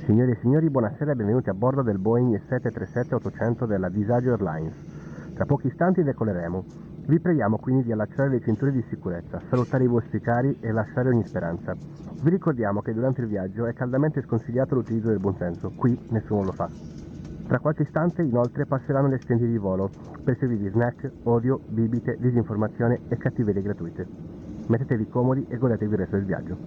Signore e signori, buonasera e benvenuti a bordo del Boeing 737-800 della Visage Airlines. Tra pochi istanti decolleremo. Vi preghiamo quindi di allacciare le cinture di sicurezza, salutare i vostri cari e lasciare ogni speranza. Vi ricordiamo che durante il viaggio è caldamente sconsigliato l'utilizzo del buonsenso, qui nessuno lo fa. Tra qualche istante inoltre passeranno le stenti di volo per servirvi snack, odio, bibite, disinformazione e cattiverie gratuite. Mettetevi comodi e godetevi il resto del viaggio.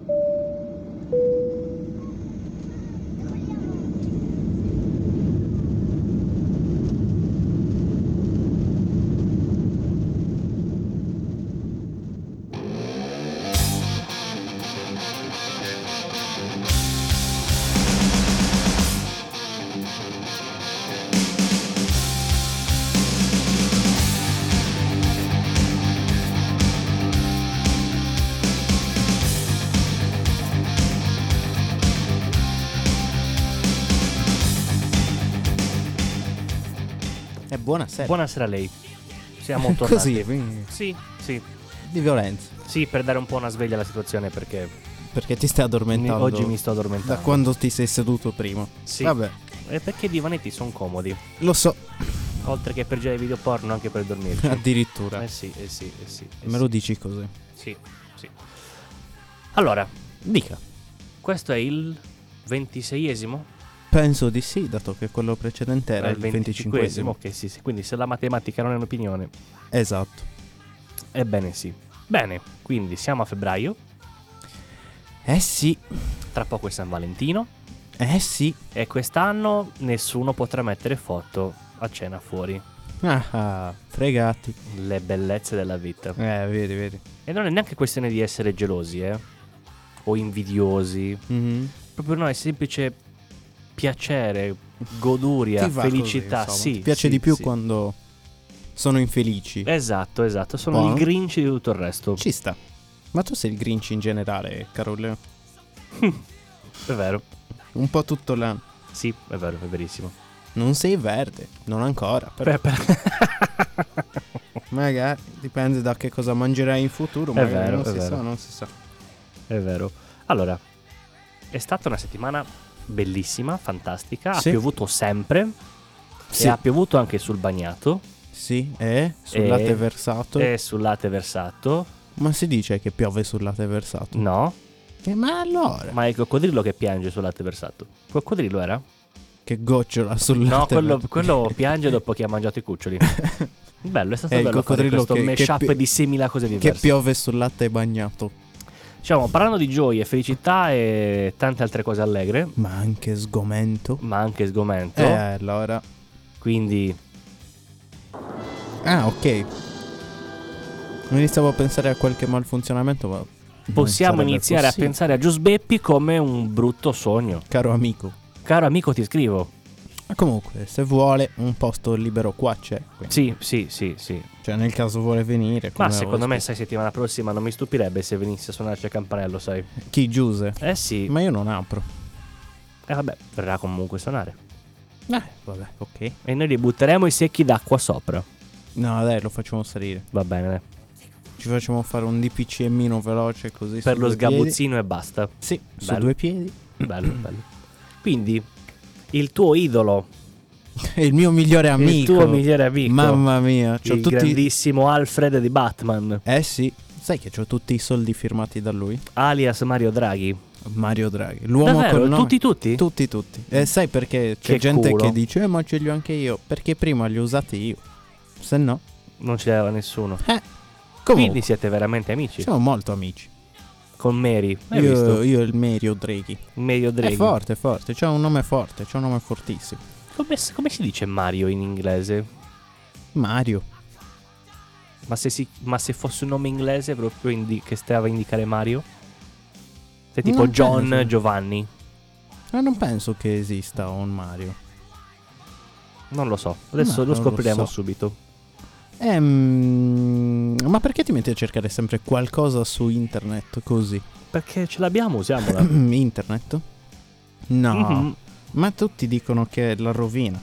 Buonasera. Buonasera a lei. Siamo tornati. Così, quindi, Sì, sì. di violenza. Sì, per dare un po' una sveglia alla situazione perché Perché ti stai addormentando. oggi mi sto addormentando. Da quando ti sei seduto prima. Sì. Vabbè, E perché i divanetti sono comodi. lo so. Oltre che per girare video porno, anche per dormirci. Addirittura. Sì. Me lo dici così. Sì. Allora, Dica. questo è il 26esimo? Penso di sì, dato che quello precedente era il 25esimo. Ok, sì. Quindi se la matematica non è un'opinione. Esatto. Ebbene sì. Bene, quindi siamo a febbraio. Eh sì. Tra poco è San Valentino. Eh sì. E quest'anno nessuno potrà mettere foto a cena fuori. Ah, fregati. Le bellezze della vita. Vedi. E non è neanche questione di essere gelosi, o invidiosi. Mhm. Proprio no, è semplice piacere, goduria, Ti va felicità. così, insomma. Sì, Ti piace sì, di più sì. quando sono infelici. Esatto. Sono Buono. il Grinch di tutto il resto. Ci sta. Ma tu sei il Grinch in generale, Carol. È vero. Un po' tutto l'anno. Sì, è vero, è verissimo. Non sei verde, non ancora. Però magari dipende da che cosa mangerai in futuro. È Magari vero, non è si vero. sa, non si sa. È vero. Allora, è stata una settimana bellissima, fantastica. Ha Sì. piovuto sempre. Sì. E ha piovuto anche sul bagnato. Sì, sul E- latte versato. E sul latte versato. Ma si dice che piove sul latte versato? No. Ma allora? Ma è il coccodrillo che piange sul latte versato. Coccodrillo era? Che gocciola sul No, latte quello piange dopo che ha mangiato i cuccioli. Bello, è stato È il bello fare coccodrillo questo mashup di 6.000 cose che diverse. piove sul latte bagnato. Diciamo, parlando di gioie, felicità e tante altre cose allegre, Ma anche sgomento. ma anche sgomento. Allora. Quindi, Ah, ok. Non iniziavo a pensare a qualche malfunzionamento, ma possiamo sarebbe iniziare possibile. a pensare a Giusbeppi come un brutto sogno. Caro amico. Caro amico, ti scrivo. Ma comunque, se vuole un posto libero qua c'è. Quindi. Sì. Cioè, nel caso vuole venire. Ma come secondo me, ospite. sai, settimana prossima non mi stupirebbe se venisse a suonarci a campanello, sai. Chi Giuse? Eh sì. Ma io non apro. Vabbè, verrà comunque a suonare. Vabbè, ok. E noi li butteremo i secchi d'acqua sopra. No, dai, lo facciamo salire. Va bene, dai. Ci facciamo fare un DPCMino veloce così. Per su lo due piedi. sgabuzzino e basta. Sì, su Bello. 2 piedi. Bello. Quindi, il tuo idolo, È il mio migliore amico. il tuo migliore amico, Mamma mia. C'ho il tutti. grandissimo Alfred di Batman, Eh sì. Sai che ho tutti i soldi firmati da lui? alias Mario Draghi. Mario Draghi. L'uomo Davvero? col nome. Tutti? Tutti. E sai perché c'è Che gente culo. che dice ma ce li ho anche io. Perché prima li ho usati io. Se no. Non ce l'aveva nessuno. Comunque. Quindi siete veramente amici. Siamo molto amici. Con Mary. Hai visto? Io e il Mario Draghi. Mario Draghi. È forte. C'ha un nome forte. C'ha un nome fortissimo. Come si dice Mario in inglese? Mario. Ma se fosse un nome inglese proprio che stava a indicare Mario? Se tipo Non John, penso. Giovanni? Ma non penso che esista un Mario. Non lo so. Adesso Ma lo non scopriremo lo so. subito. Ma perché ti metti a cercare sempre qualcosa su internet così? Perché ce l'abbiamo, usiamola. Internet? No. Mhm. Ma tutti dicono che è la rovina.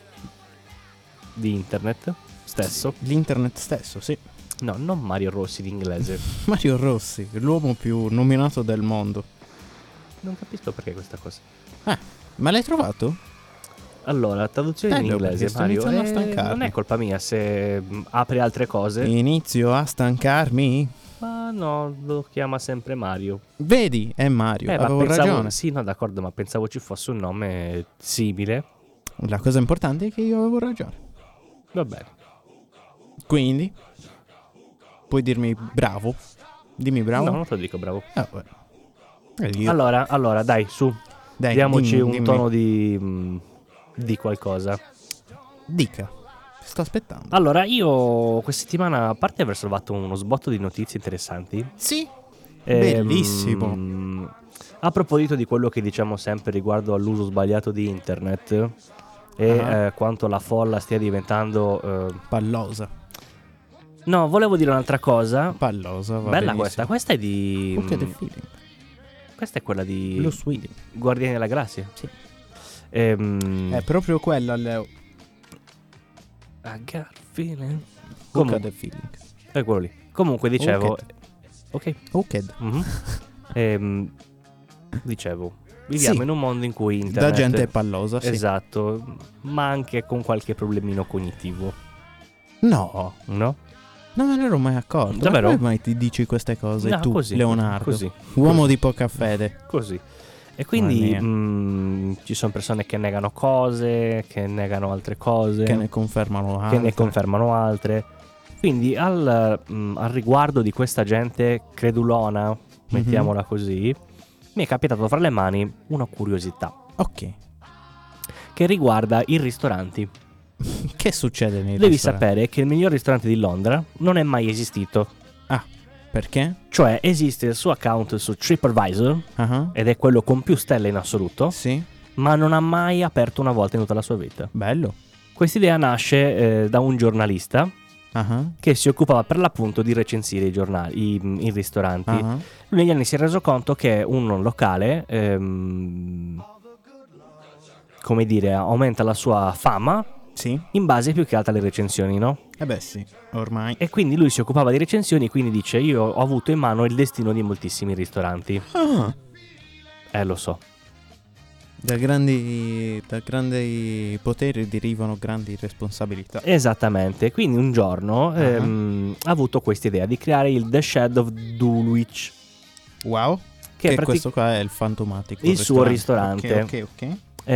Di internet stesso. L'internet stesso, sì. No, non Mario Rossi di inglese. Mario Rossi, l'uomo più nominato del mondo. Non capisco perché questa cosa. Ma l'hai trovato? Allora, traduzione in Bello, inglese, perché sto Mario. iniziando a stancarmi. Non è colpa mia se apre altre cose. Inizio a stancarmi. Ma no, lo chiama sempre Mario. Vedi, è Mario, Ma avevo pensavo, ragione. sì, no, d'accordo, ma pensavo ci fosse un nome simile. La cosa importante è che io avevo ragione. Va bene. Quindi, puoi dirmi bravo? Dimmi bravo. No, non te lo dico, bravo. Io- Allora, dai, su. Dai, Diamoci dimmi, un dimmi. tono di qualcosa. Dica. Sto aspettando. Allora, io questa settimana, a parte aver trovato uno sbotto di notizie interessanti, Sì. Bellissimo. a proposito di quello che diciamo sempre riguardo all'uso sbagliato di internet e quanto la folla stia diventando... Pallosa. No, volevo dire un'altra cosa. Pallosa, va Bella benissimo. questa è di... Look at the feeling. Questa è quella di Lo Sweden. Guardiani della Galassia. Sì. È proprio quella, Leo. I got a feeling. Look at the feeling. È quello lì. Comunque dicevo... Ok. Ok. Dicevo, viviamo Sì. in un mondo in cui internet... Da gente pallosa, sì. Esatto, ma anche con qualche problemino cognitivo, No, no? non me ne ero mai accorto. Davvero? Ma come mai ti dici queste cose No, tu, così, Leonardo? Così, Uomo di poca fede. così. E quindi Mamma ci sono persone che negano cose, che negano altre cose, Che ne confermano che altre. ne confermano altre. Quindi al riguardo di questa gente credulona, mettiamola così, mi è capitato fra le mani una curiosità Ok. che riguarda i ristoranti. Che succede nei Devi ristoranti? sapere che il miglior ristorante di Londra non è mai esistito. Perché? Cioè esiste il suo account su TripAdvisor Ah, ed è quello con più stelle in assoluto, sì. ma non ha mai aperto una volta in tutta la sua vita. Bello. Quest'idea nasce da un giornalista Ah, che si occupava per l'appunto di recensire i giornali, i ristoranti. ah. Lui negli anni si è reso conto che un locale, come dire, aumenta la sua fama Sì. in base più che altro alle recensioni, no? Eh beh sì, ormai. E quindi lui si occupava di recensioni, quindi dice: io ho avuto in mano il destino di moltissimi ristoranti. Lo so. Da grandi poteri derivano grandi responsabilità. Esattamente. Quindi un giorno ha avuto questa idea di creare il The Shed of Dulwich, Wow. che è questo qua è il fantomatico il suo ristorante. Ok.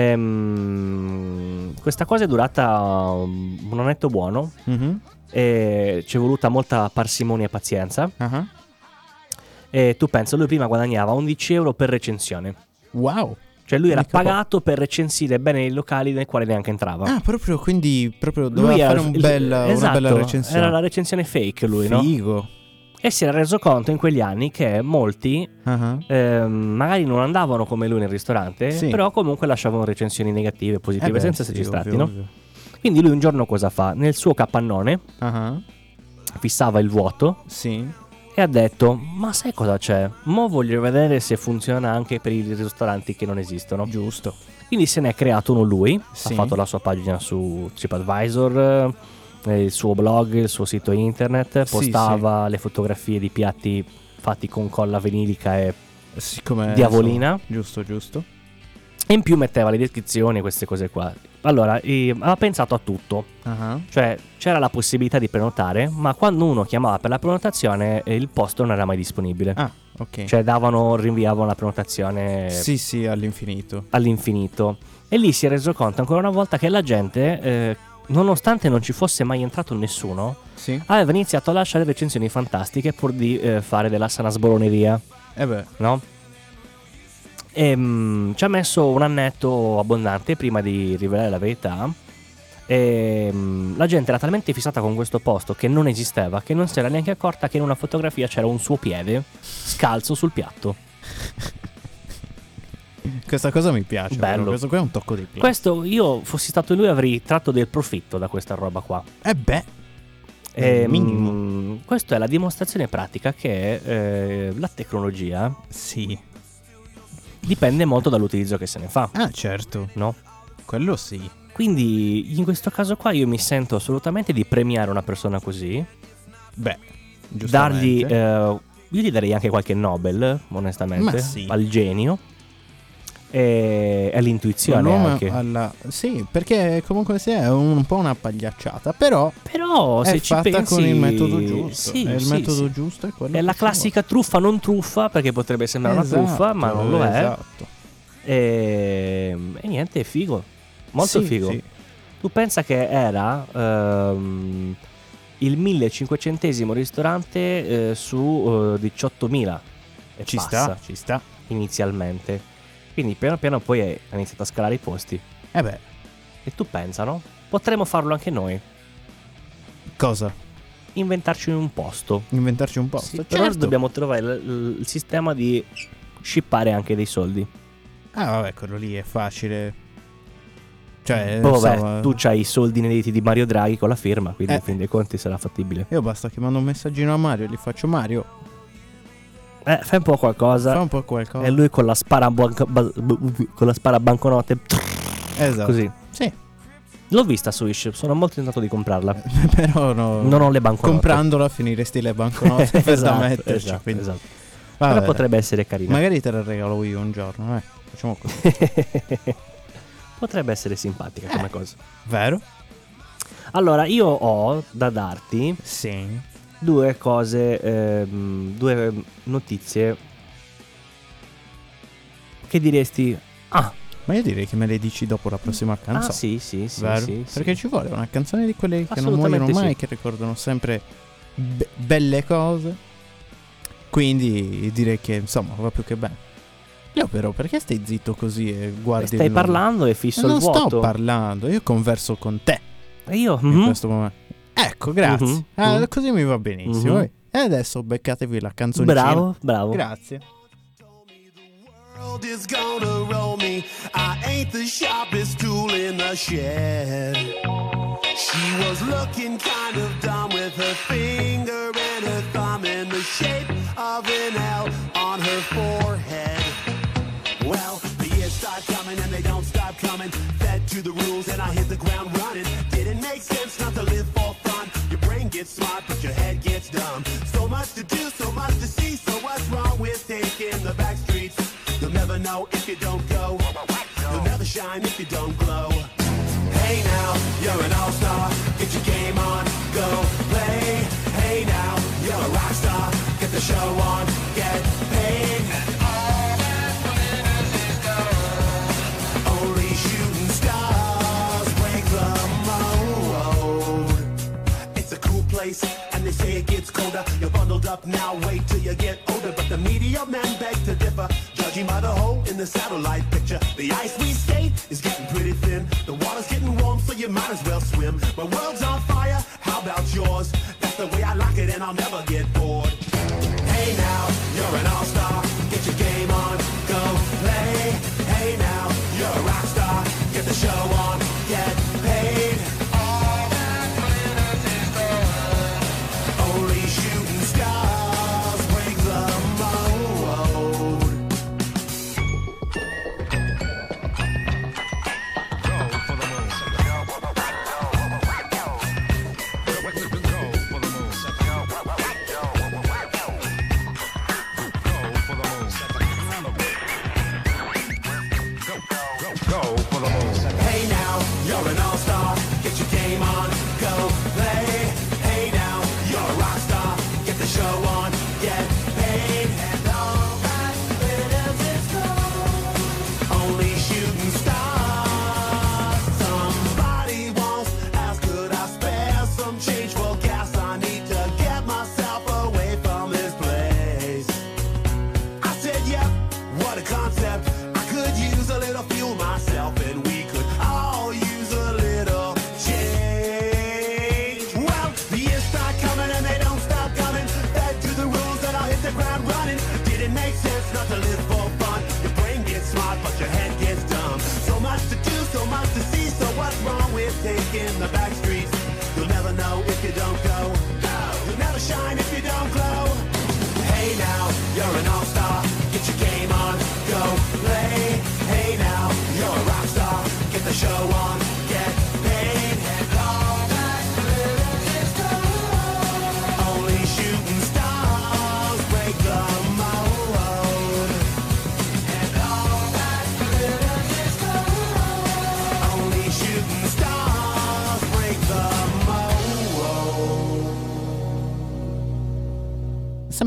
Questa cosa è durata un annetto buono Mhm. e ci è voluta molta parsimonia e pazienza. Ah. E tu pensa, lui prima guadagnava 11 euro per recensione. Wow. Cioè lui era Mica pagato per recensire bene i locali nel quale neanche entrava. Ah, proprio doveva Lui fare era una bella esatto, recensione. era la recensione fake lui, no? Figo. E si era reso conto in quegli anni che molti Ah. magari non andavano come lui nel ristorante, Sì. però comunque lasciavano recensioni negative, positive, Beh, senza sì, esserci stati, ovvio, no? ovvio. Quindi lui un giorno cosa fa? Nel suo capannone Ah. fissava il vuoto Sì. e ha detto: ma sai cosa c'è? Mo voglio vedere se funziona anche per i ristoranti che non esistono. Giusto. Quindi se ne è creato uno lui, Sì. ha fatto la sua pagina su TripAdvisor, il suo blog, il suo sito internet, Sì, postava le fotografie di piatti fatti con colla vinilica e Siccome diavolina, Giusto. e in più metteva le descrizioni e queste cose qua. Allora, aveva pensato a tutto, Ah. cioè c'era la possibilità di prenotare, ma quando uno chiamava per la prenotazione il posto non era mai disponibile. Ah, ok. Cioè rinviavano la prenotazione Sì, all'infinito. all'infinito. E lì si è reso conto ancora una volta che la gente, nonostante non ci fosse mai entrato nessuno, Sì. aveva iniziato a lasciare recensioni fantastiche pur di fare della sana sboroneria, Beh. no? E ci ha messo un annetto abbondante prima di rivelare la verità. E la gente era talmente fissata con questo posto che non esisteva, che non si era neanche accorta che in una fotografia c'era un suo piede scalzo sul piatto. Questa cosa mi piace. Bello. Però. Questo qua è un tocco di classe. Questo, io fossi stato lui, avrei tratto del profitto da questa roba qua. Beh. Minimo. Questa è la dimostrazione pratica che la tecnologia Sì. dipende molto dall'utilizzo che se ne fa, Ah, certo. no? Quello sì. Quindi in questo caso qua io mi sento assolutamente di premiare una persona così, Beh. dargli, Giustamente. io gli darei anche qualche Nobel, onestamente, Ma sì. al genio, e l'intuizione L'uomo anche. sì, perché comunque sia è un po' una pagliacciata, però Però se è ci fatta pensi, con il metodo giusto. sì, e il sì, metodo sì. giusto è quello È la che si vuole. classica truffa non truffa, perché potrebbe sembrare una truffa, ma non lo è. Esatto. E niente, è figo. Molto Sì, figo. sì. Tu pensa che era il 1500esimo ristorante su 18.000 e Ci passa sta. inizialmente. Quindi piano piano poi ha iniziato a scalare i posti. Beh, E tu pensa, no? Potremmo farlo anche noi. cosa? Inventarci un posto. Inventarci un posto? Sì, però Certo. dobbiamo trovare il sistema di shippare anche dei soldi. Vabbè, quello lì è facile. Cioè, Poi vabbè, insomma, tu c'hai i soldi inediti di Mario Draghi con la firma, quindi Eh. in fin dei conti sarà fattibile. io basta che mando un messaggino a Mario e gli faccio Mario, Fai un po' qualcosa. fa un po' qualcosa. E lui con la spara con la spara banconote. Esatto. Così. Sì, L'ho vista su Wish, sono molto tentato di comprarla. però no. Non ho le banconote. Comprandola finiresti le banconote per da metterci. esatto, quindi. esatto. Vabbè, Però potrebbe essere carina. magari te la regalo io un giorno, facciamo così. Potrebbe essere simpatica come cosa. Vero? Allora, io ho da darti Sì. due cose, due notizie che diresti, Ma io direi che me le dici dopo la prossima canzone. sì, Vero? sì, Perché sì. ci vuole una canzone di quelle che non Assolutamente muoiono mai, sì. che ricordano sempre belle cose. Quindi direi che insomma va più che bene. Io però perché stai zitto così e guardi Stai il numero? parlando e fisso Non il vuoto. sto parlando, io converso con te E io? in questo momento. Ecco, grazie. Mhm. Così mi va benissimo. Mhm. E adesso beccatevi la canzoncina. Bravo, bravo. Grazie. World is gonna roll me. I ain't the sharpest tool in the shed. She was looking kind of dumb with her finger and her thumb in the shape of an L on her forehead. Well, the years start coming and they don't stop coming. Fed to the rules and I hit the ground running. Didn't make sense not to live for fun. Your brain gets smart but your head gets dumb. So much to do, so much to see. So what's wrong with taking the back streets? You'll never know if you don't go. You'll never shine if you don't glow. Hey now, you're an all-star. Get your game on, go play. Hey now, you're a rock star. Get the show on, get paid. And all that glitters is gold. Only shooting stars break the mold. It's a cool place, and they say it gets colder. You're bundled up now, wait till you get older. But the media men beg to differ. Judging by the hole in the satellite picture, the ice we skate is getting pretty thin. The water's getting warm, so you might as well swim. My world's on fire, how about yours? That's the way I like it, and I'll never get bored. Hey now, you're an all-star. Get your game on, go play. Hey now, you're a rock star. Get the show on, get paid. All that glitters is gold. Only shooting stars break the mold. Hey now, you're an all-star. Get your game on, go play. Hey now, you're a rock star. Get the show on, get paid. And all that glitters is gold. Only shooting stars. Somebody once asked, could I spare some change for gas? I need to get myself away from this place. I said, yep, what a concept. I could use a little fuel myself, and we could all use a little change. Well, the years start coming and they don't stop coming. Fed to the rules and I'll hit the ground running. Didn't make sense not to live for fun. Your brain gets smart, but your head gets dumb. So much to do, so much to see. So what's wrong with taking the back streets? You'll never know if you don't go. You'll never shine if you don't glow. Hey now, you're an all-star. Get your game on, go play. Hey now, you're a rock star. Get the show on, get paid. And all that glitters is gold. Only shooting stars break the mold. And all that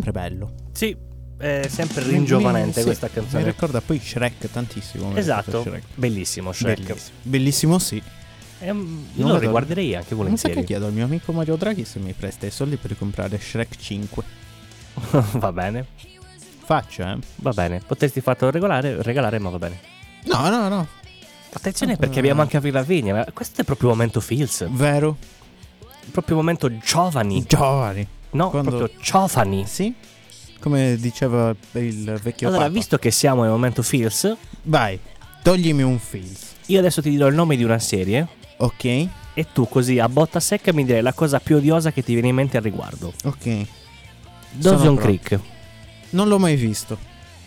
sempre bello. Sì, è sempre ringiovanente Sì, questa canzone. Mi ricorda poi Shrek tantissimo. Esatto, Shrek. bellissimo Shrek. Bellissimo, sì. Io Non lo vedo- riguarderei anche Mi sa volentieri. che chiedo al mio amico Mario Draghi se mi presta i soldi per comprare Shrek 5. Va bene, Faccio, eh? va bene. Potresti farlo regalare, ma va bene. No. Attenzione perché abbiamo anche Avril Lavigne. Ma questo è proprio momento feels. Vero? Proprio momento giovani. Giovani. No, Quando- proprio giovani. Sì? Come diceva il vecchio Allora, Papa. visto che siamo nel momento feels, Vai, toglimi un feels. io adesso ti dirò il nome di una serie Ok? e tu così a botta secca mi direi la cosa più odiosa che ti viene in mente al riguardo. Ok. Dawson Sono Creek. Non l'ho mai visto.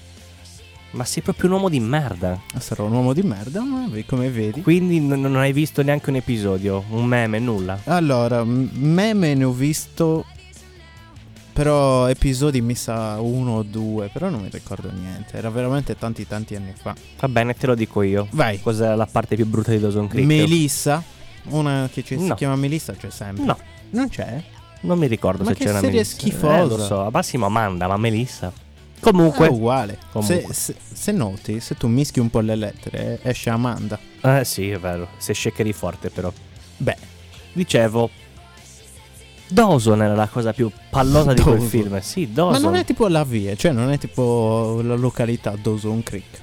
Ma sei proprio un uomo di merda. Sarò un uomo di merda, ma come vedi. Quindi non hai visto neanche un episodio, un meme, nulla. Allora, meme ne ho visto. Però episodi mi sa 1 o 2. Però non mi ricordo niente. Era veramente tanti anni fa. Va bene, te lo dico io. Vai. Cos'è la parte più brutta di Dawson Creek? Melissa. Una che si No. chiama Melissa c'è sempre. No, Non c'è? non mi ricordo Ma se che c'è una serie Melissa. schifosa. Lo so, al massimo Amanda, ma Melissa. È Comunque, uguale. Comunque. Se noti, se tu mischi un po' le lettere, esce Amanda. sì, è vero. Se shakeri forte, però. Beh, Dicevo, Dawson era la cosa più pallosa di quel Dawson. film. Sì, ma Dawson. non è tipo la via, cioè non è tipo la località Dawson Creek.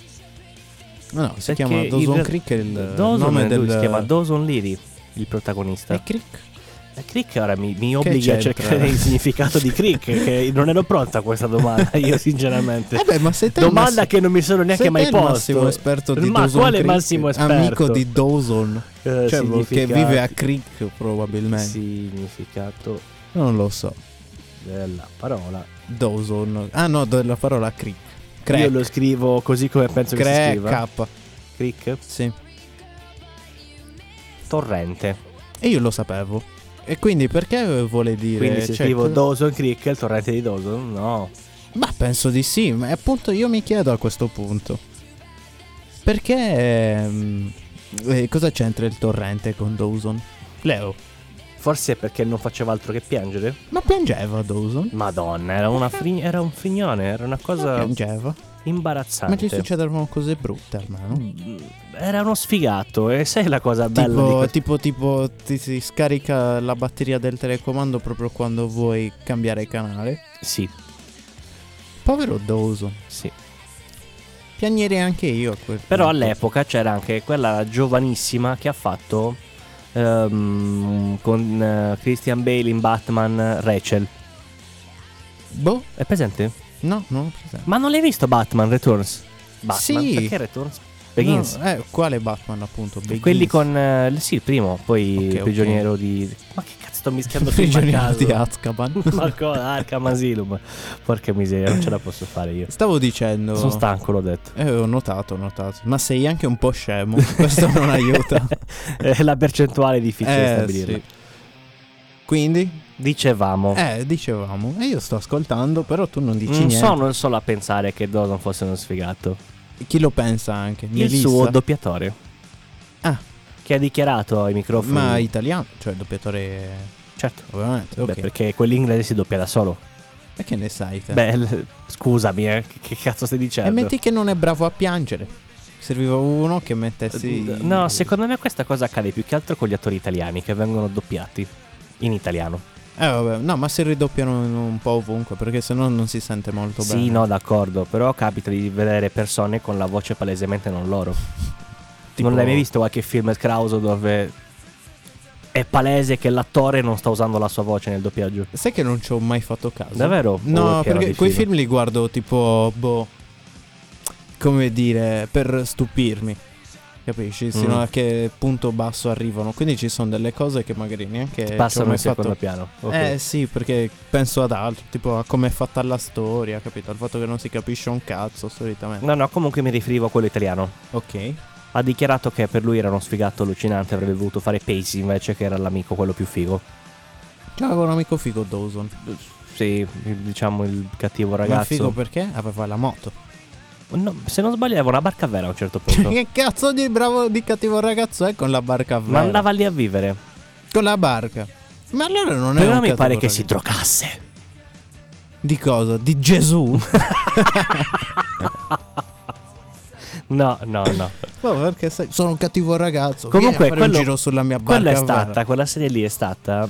No, si Perché chiama Dawson il- Creek, è il Dawson nome lui del... si chiama Dawson Leary, il protagonista. E Creek? E Crick ora mi obblighi a c'entra? cercare il significato di Crick, che non ero pronta a questa domanda, io sinceramente. Beh, ma sei te Domanda che non mi sono neanche sei mai te il posto. massimo esperto di Ma Dawson quale Creek? massimo esperto? Amico di Dawson. Cioè, che significato- vive a Creek probabilmente. Significato Non lo so. della parola. Dawson. Ah no, della parola Creek. Crack. Io lo scrivo così come penso che si Crack. scriva. K. Crick. Sì. Torrente. E io lo sapevo. E quindi perché vuole dire... Quindi se cioè, scrivo Dawson Creek, il torrente di Dawson? No. Ma penso di sì, ma appunto io mi chiedo a questo punto. Perché... cosa c'entra il torrente con Dawson? Leo. Forse perché non faceva altro che piangere? Ma piangeva Dawson? Madonna, era era un frignone, era una cosa Piangeva? imbarazzante. Ma gli succedono cose brutte almeno. Era uno sfigato e sai la cosa bella di Tipo ti si scarica la batteria del telecomando proprio quando vuoi cambiare canale. Sì, Povero Dawson. sì. Piagnere anche io a quel Però punto. all'epoca c'era anche quella giovanissima che ha fatto con Christian Bale in Batman Rachel. Boh, È presente? no, non ho presente. Ma non l'hai visto Batman Returns? Batman? Sì. Perché Returns? Begins. No, quale Batman appunto? Begins. Quelli con sì, il primo, poi Ok, il prigioniero di... Ma che cazzo sto mischiando film a Prigioniero caso? di Azkaban. Ma cosa? Arkham Asylum. Porca miseria, non ce la posso fare io. Stavo dicendo. Sono stanco, l'ho detto. Ho notato. Ma sei anche un po' scemo. Questo non aiuta. La percentuale è difficile stabilirla. Sì. Quindi? Dicevamo, Dicevamo. E io sto ascoltando, però tu non dici non niente. sono il solo a pensare che Dawson fosse uno sfigato. Chi lo pensa anche? Il Melissa? suo doppiatore. Ah. Che ha dichiarato ai microfoni. Ma italiano? Cioè doppiatore... Certo. Ovviamente, Beh, ok. perché quell'inglese si doppia da solo. E che ne sai te? Beh, scusami, che cazzo stai dicendo? E metti che non è bravo a piangere. Serviva uno che mettessi... No, secondo me questa cosa accade più che altro con gli attori italiani che vengono doppiati in italiano. Vabbè, no, ma si ridoppiano un po' ovunque, perché sennò non si sente molto bene. Sì, no, d'accordo, però capita di vedere persone con la voce palesemente non loro. Tipo- Non l'hai mai visto qualche film Krauso dove è palese che l'attore non sta usando la sua voce nel doppiaggio? Sai che non ci ho mai fatto caso? Davvero? No, O che erano perché dei quei film li guardo tipo, come dire, per stupirmi. Capisci? Sino a che punto basso arrivano. Quindi ci sono delle cose che magari neanche ci ho Passano mai in secondo fatto. piano. Ok. Sì, perché penso ad altro, tipo a come è fatta la storia, capito? Al fatto che non si capisce un cazzo solitamente. No, comunque mi riferivo a quello italiano. Ok. Ha dichiarato che per lui era uno sfigato allucinante, avrebbe voluto fare Pacey invece che era l'amico quello più figo. Aveva un amico figo Dawson. Sì, diciamo il cattivo Ma ragazzo. figo perché? Aveva la moto. No, se non sbaglio aveva una barca a vela a un certo punto. Che cazzo di bravo di cattivo ragazzo è con la barca a vela? Ma andava lì a vivere. Con la barca. Ma allora non è Però un mi pare cattivo che si ragazzo. drogasse. Di cosa? Di Gesù? No. Perché sono un cattivo ragazzo. Comunque, vieni a fare un giro sulla mia barca. quello è stata, quella serie lì è stata,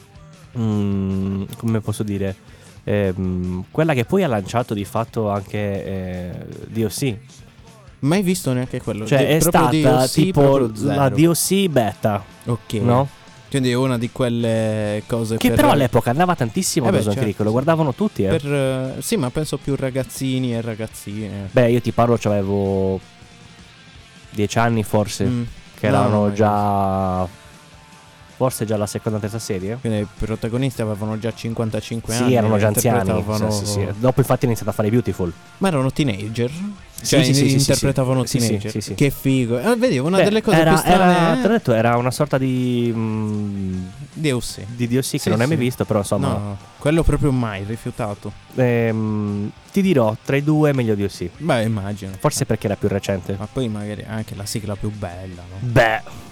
come posso dire, quella che poi ha lanciato di fatto anche DOC. Mai visto neanche quello. Cioè è proprio stata DOC, tipo proprio la zero. DOC beta, Ok. no? Quindi è una di quelle cose Che per, però all'epoca andava tantissimo Dawson certo. Creek, lo guardavano tutti. sì, ma penso più ragazzini e ragazzine. Beh, io ti parlo, c'avevo 10 anni forse, che No, erano no, già forse già la seconda o terza serie. Quindi i protagonisti avevano già 55 anni. Sì, erano già anziani. interpretavano- Sì. Dopo infatti ha iniziato a fare Beautiful. Ma erano teenager. Sì, Cioè, sì, interpretavano sì, teenager. sì. Che figo. Vedi, una Beh, delle cose più strane. ti ho detto, era una sorta di DOC. di DOC che Sì, non hai mai sì. visto, però insomma. No, quello proprio mai rifiutato. Ti dirò, tra i due meglio DOC. Beh, immagino. Forse perché era più recente. Ma poi magari anche la sigla più bella, no? Beh,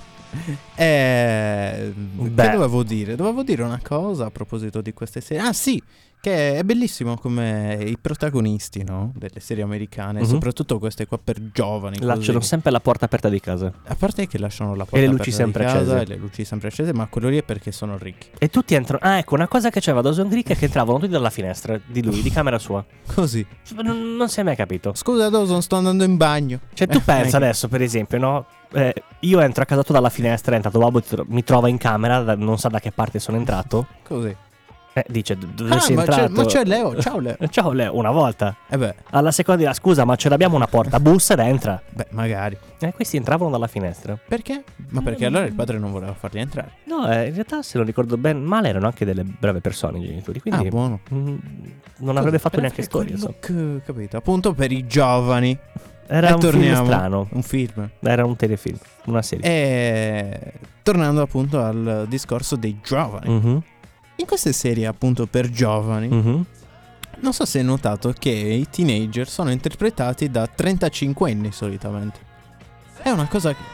Che Beh. dovevo dire? Dovevo dire una cosa a proposito di queste serie. Ah sì, che è bellissimo come i protagonisti, no? Delle serie americane, Mhm. soprattutto queste qua per giovani. lasciano così. sempre la porta aperta di casa. A parte che lasciano la porta E le luci aperta sempre di casa accese. e le luci sempre accese, ma quello lì è perché sono ricchi. E tutti entrano. Ah, ecco, una cosa che c'aveva Dawson Creek è che entravano tutti dalla finestra di lui, di camera sua. Così. Non si è mai capito. Scusa Dawson, sto andando in bagno. Cioè, tu pensa adesso, per esempio, no? Io entro a casa tua dalla finestra, è entrato Bobo, mi trova in camera, non sa da che parte sono entrato. Così. Dice, dove sei ma entrato? ma c'è Leo, ciao Leo. Ciao Leo, una volta. Beh, Alla seconda dirà, scusa, ma ce l'abbiamo una porta, bussa ed entra. beh, magari. Questi entravano dalla finestra. Perché? Ma perché allora il padre non voleva farli entrare. No, in realtà, se non ricordo bene, male erano anche delle brave persone i genitori. Quindi Ah, buono. non avrebbe fatto neanche Perché storia. quello capito? Appunto per i giovani. Era E un film torniamo. strano. Un film. Era un telefilm, una serie. E tornando appunto al discorso dei giovani. Mhm, In queste serie appunto per giovani, mhm. non so se hai notato che i teenager sono interpretati da 35enni solitamente. È una cosa che...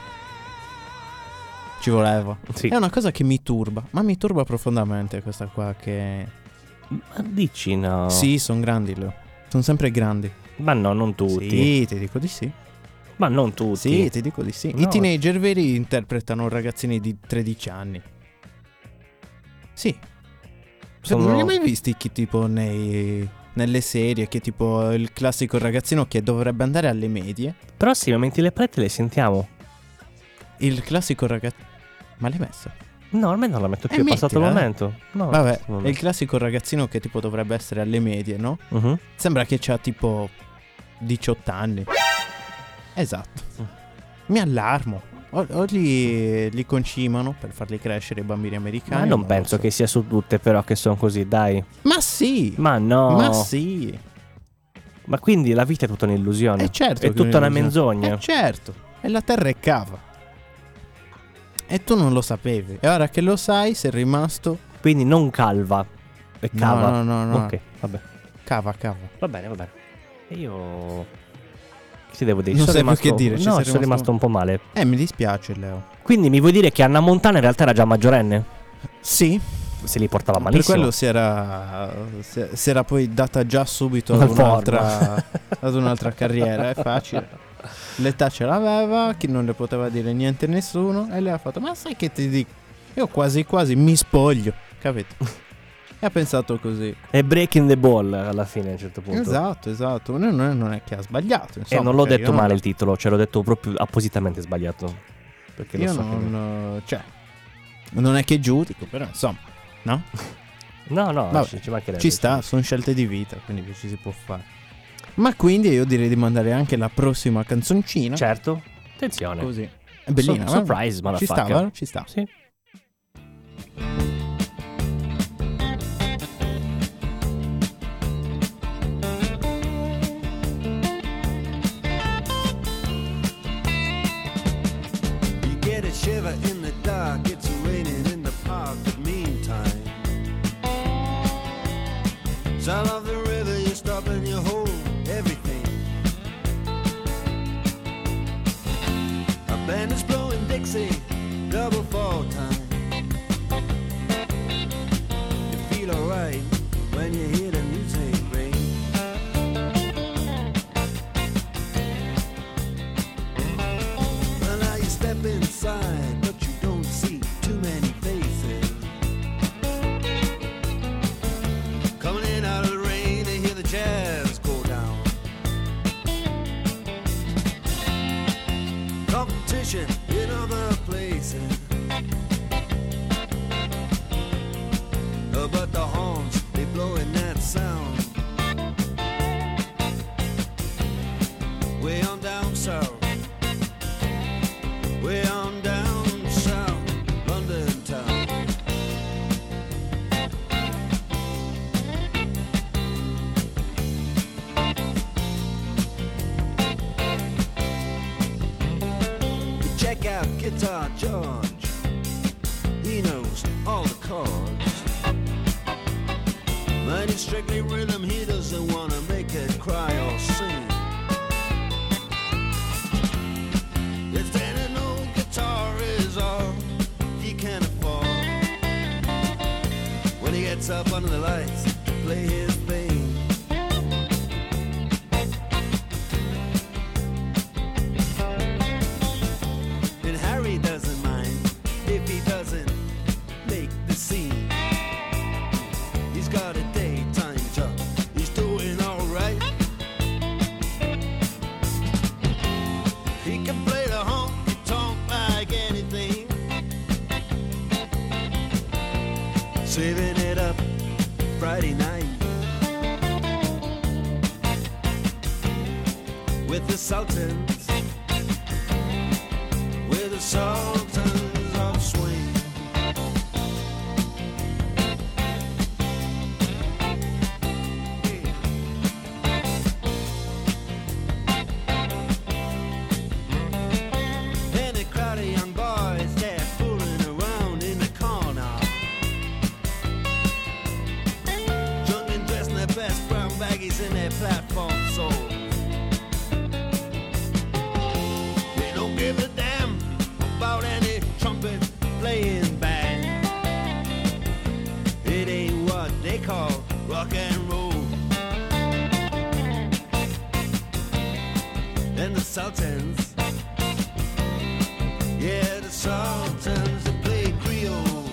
Ci voleva. Sì. È una cosa che mi turba. Ma mi turba profondamente questa qua che... Ma dici no? Sì, sono grandi Leo. Sono sempre grandi. Ma no, non tutti. Sì, ti dico di sì. Ma non tutti. Sì, ti dico di sì. No. I teenager veri interpretano ragazzini di 13 anni. Sì. Sono- Non li hai mai visti che tipo nelle serie, che tipo il classico ragazzino che dovrebbe andare alle medie? Prossimamente le palette le sentiamo. Il classico ragazzino... Ma l'hai messo? No, almeno non la metto più, è passato il mettila. momento. No, Vabbè, passato il è il momento. classico ragazzino che tipo dovrebbe essere alle medie, no? Mhm. Sembra che c'ha tipo 18 anni. Esatto. Mi allarmo. O li concimano per farli crescere i bambini americani. Ma non lo penso so. che sia su tutte però che sono così, dai. Ma sì! Ma no. Ma sì! Ma quindi la vita è tutta un'illusione. Certo È che tutta una un'illusione. menzogna. Certo. E la terra è cava. E tu non lo sapevi. E ora che lo sai, sei rimasto... Quindi non calva. E cava. No. Ok, vabbè. Cava. Va bene. E io... Che ti devo dire? Non Sono sai più rimasto... che dire, ci No, sei sono rimasto- rimasto un po' male. Mi dispiace, Leo. Quindi mi vuoi dire che Anna Montana in realtà era già maggiorenne? Sì. Se li portava Per malissimo. quello si era poi data già subito Al ad un'altra carriera. È facile. L'età ce l'aveva, chi non le poteva dire niente a nessuno. E lei ha fatto: ma sai che ti dico? Io quasi mi spoglio. Capito? E ha pensato così. È breaking the ball alla fine a un certo punto. Esatto. Non è che ha sbagliato. E Insomma, non l'ho cioè, detto io male il titolo, ce l'ho detto proprio appositamente sbagliato. Perché lo Io so che... non. Cioè, non è che giudico, però insomma, no? No, Vabbè, ci mancherebbe. Ci sta, sono scelte di vita, quindi che ci si può fare. Ma quindi io direi di mandare anche la prossima canzoncina. Certo. Attenzione. Così. È bellina, So- surprise, Ci motherfucker. sta, vero? Ci sta. Sì. You get a shiver in the dark, it's raining in the park, but meantime, sound of the river, you stop and you hold everything. A band is blowing Dixie, double fall time. You feel alright when you hear fishing in other places. But the horns, they blowing that sound way on down south, way on down south, London town. Check out Guitar George, he knows all the chords. But it's strictly rhythm, he doesn't wanna make it cry or sing. If then an old guitar is all he can afford, when he gets up under the lights to play his thing. And Harry doesn't mind if he doesn't make the scene. He's got a daytime job, he's doing alright. He can play the honky tonk like anything, saving it up Friday night with the Sultans, with the Sultans of Swing. In their platform soul, they don't give a damn about any trumpet playing band. It ain't what they call rock and roll. And the Sultans, yeah, the Sultans, they play Creole.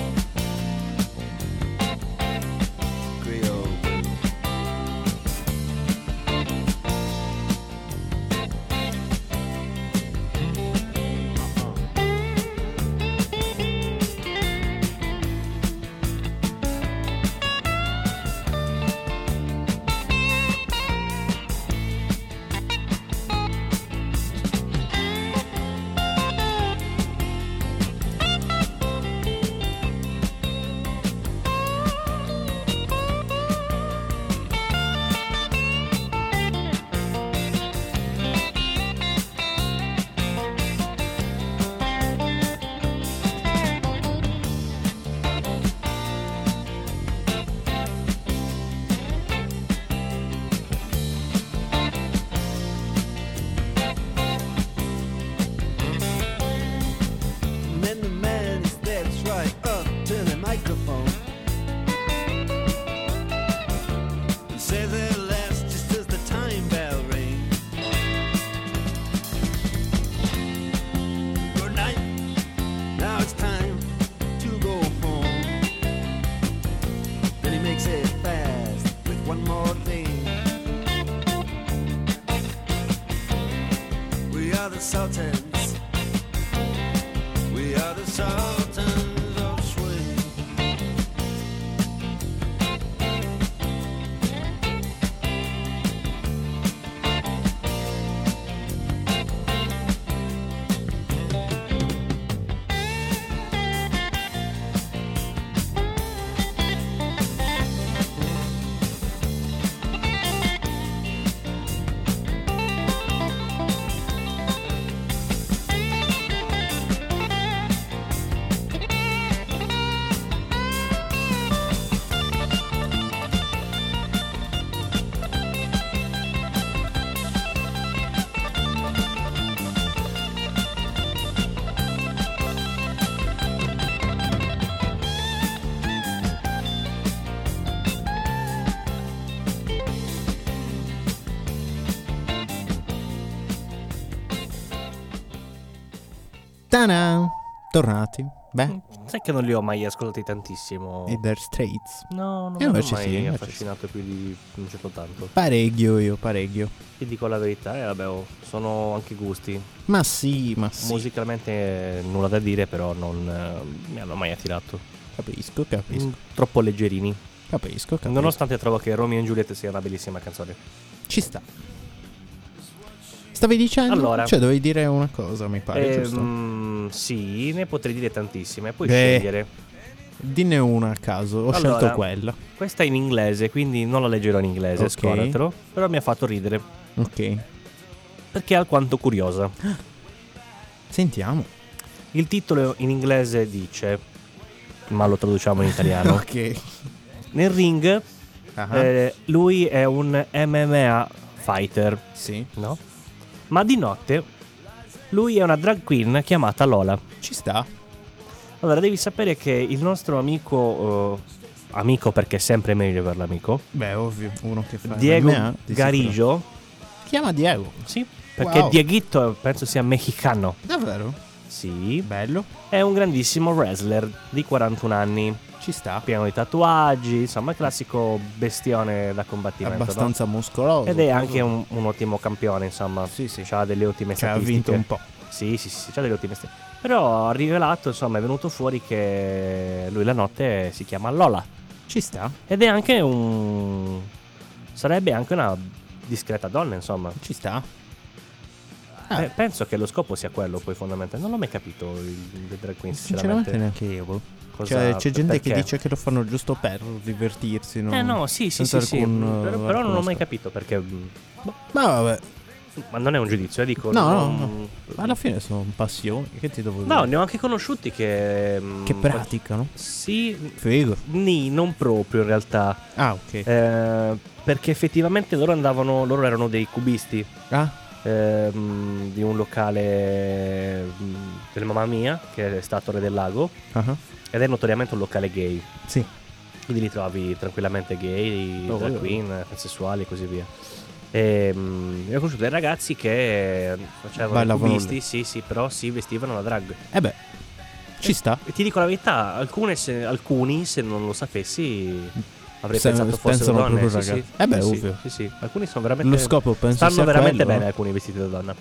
Creole. Sultans, we are the Sultans of Swing. Ta-da! Tornati. Beh, Sai che non li ho mai ascoltati tantissimo. i Dire Straits. No, non mi Io hanno invece mai sì, invece affascinato più di un certo tanto. Parecchio. Ti dico la verità, vabbè, sono anche gusti. Ma sì. Musicalmente nulla da dire, però non mi hanno mai attirato. Capisco. Troppo leggerini. Capisco. Nonostante trovo che Romeo e Juliet sia una bellissima canzone. Ci sta. Stavi dicendo? Allora. Cioè, dovevi dire una cosa, mi pare, giusto? Sì, ne potrei dire tantissime. Puoi Beh. scegliere. Dinne una a caso, ho Allora, scelto quella. Questa è in inglese, quindi non la leggerò in inglese, Ok. scordatelo. Però mi ha fatto ridere, Ok. perché è alquanto curiosa. Sentiamo. Il titolo in inglese dice, ma lo traduciamo in italiano. Ok. Nel ring, Ah, lui è un MMA fighter, sì. no? Ma di notte, lui è una drag queen chiamata Lola. Ci sta. Allora, devi sapere che il nostro amico, amico perché è sempre meglio per l'amico, Beh, ovvio. Uno che fa Diego MMA, di Garigio, sicuro. Si chiama Diego. sì, perché Wow. Dieguito penso sia mexicano. Davvero? Sì, Bello. è un grandissimo wrestler di 41 anni, Ci sta. pieno di tatuaggi, insomma, il classico bestione da combattimento, Abbastanza muscoloso. no? Ed è anche un ottimo campione, insomma. Sì. Ha delle ottime Che ha statistiche. vinto un po'. Sì, c'ha delle ottime statistiche. Però ha rivelato, insomma, è venuto fuori che lui la notte si chiama Lola. Ci sta. Ed è anche sarebbe anche una discreta donna, insomma. Ci sta. Penso che lo scopo sia quello, poi fondamentalmente. Non l'ho mai capito il drag queen, Sinceramente neanche io. Boh. Cosa- Cioè, c'è gente perché? che dice che lo fanno giusto per divertirsi. No, sì, senza alcun, però non alcuno ho mai scopo. capito perché. Ma vabbè. Ma non è un giudizio, dico. No, non- no. Alla fine sono passioni. Che ti devo No, dire? ne ho anche conosciuti che. Che praticano. Sì, Figo. non proprio in realtà. Ah, ok. Perché effettivamente loro erano dei cubisti Ah, di un locale del Mamma Mia, che è stato Re del Lago, ah, ed è notoriamente un locale gay. sì. Quindi li trovi tranquillamente gay, Oh, drag queen, transessuali e così via. E ho conosciuto dei ragazzi che facevano i Ballavano cubisti, sì, però si vestivano da drag. Beh, ci sta. E ti dico la verità, alcuni se non lo sapessi avrei Se- pensato fossero pensano donne. proprio Sì, ragazzi. sì. Beh, Sì, ovvio. sì. Alcuni sono veramente. Lo scopo penso stanno sia veramente quello, bene alcuni vestiti da donna.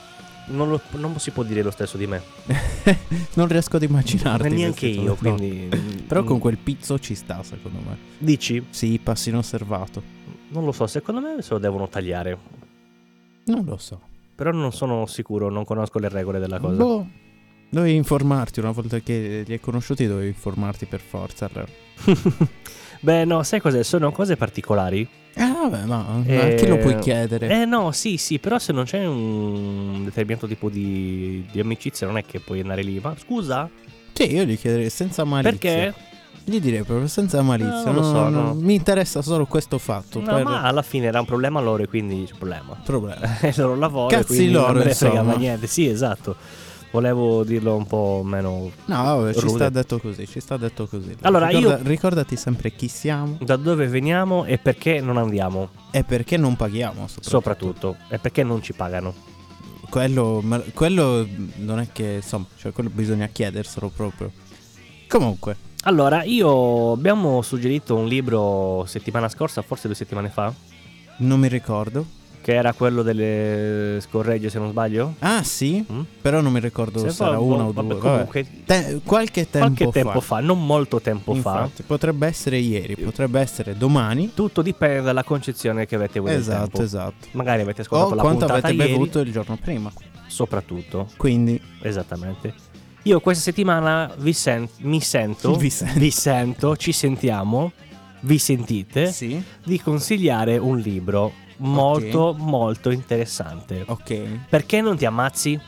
Non si può dire lo stesso di me. Non riesco ad immaginarti. Neanche vestito io, da donna. quindi. Però con quel pizzo ci sta, secondo me. Dici? Sì, passi inosservato. Non lo so, secondo me se lo devono tagliare. Non lo so. Però non sono sicuro, non conosco le regole della cosa. Boh. Dovevi informarti una volta che li hai conosciuti, dovevi informarti per forza. Allora. Beh, no, sai cos'è? Sono cose particolari. Vabbè, ma a chi lo puoi chiedere? No, sì, però se non c'è un determinato tipo di amicizia non è che puoi andare lì. Ma scusa? Sì, io gli chiederei senza malizia. Perché? Gli direi proprio senza malizia. Non lo so, no. Mi interessa solo questo fatto. No, ma alla fine era un problema loro e quindi c'è problema. Problema. È il loro lavoro, Cazzi quindi loro, non me ne fregava insomma. niente. Sì, esatto. Volevo dirlo un po' meno. No, vabbè, ci rude. sta detto così, ci sta detto così. Allora, Ricordati sempre chi siamo Da dove veniamo e perché non andiamo, e perché non paghiamo, soprattutto. E perché non ci pagano. Quello non è che, insomma, cioè quello bisogna chiederselo proprio. Comunque, Allora, abbiamo suggerito un libro settimana scorsa, forse 2 settimane fa, non mi ricordo. che era quello delle scorregge, se non sbaglio. Ah, sì? Mm? Però non mi ricordo se era una o vabbè, due. comunque, Qualche tempo fa. non molto tempo Infatti, fa. potrebbe essere ieri, potrebbe essere domani. Tutto dipende dalla concezione che avete voi del tempo. Esatto. Magari avete ascoltato O la quanto puntata avete ieri, bevuto il giorno prima. soprattutto. Quindi, Esattamente. Io questa settimana vi sento, ci sentiamo, vi sentite, sì. di consigliare un libro molto molto interessante. Ok. Perché non ti ammazzi?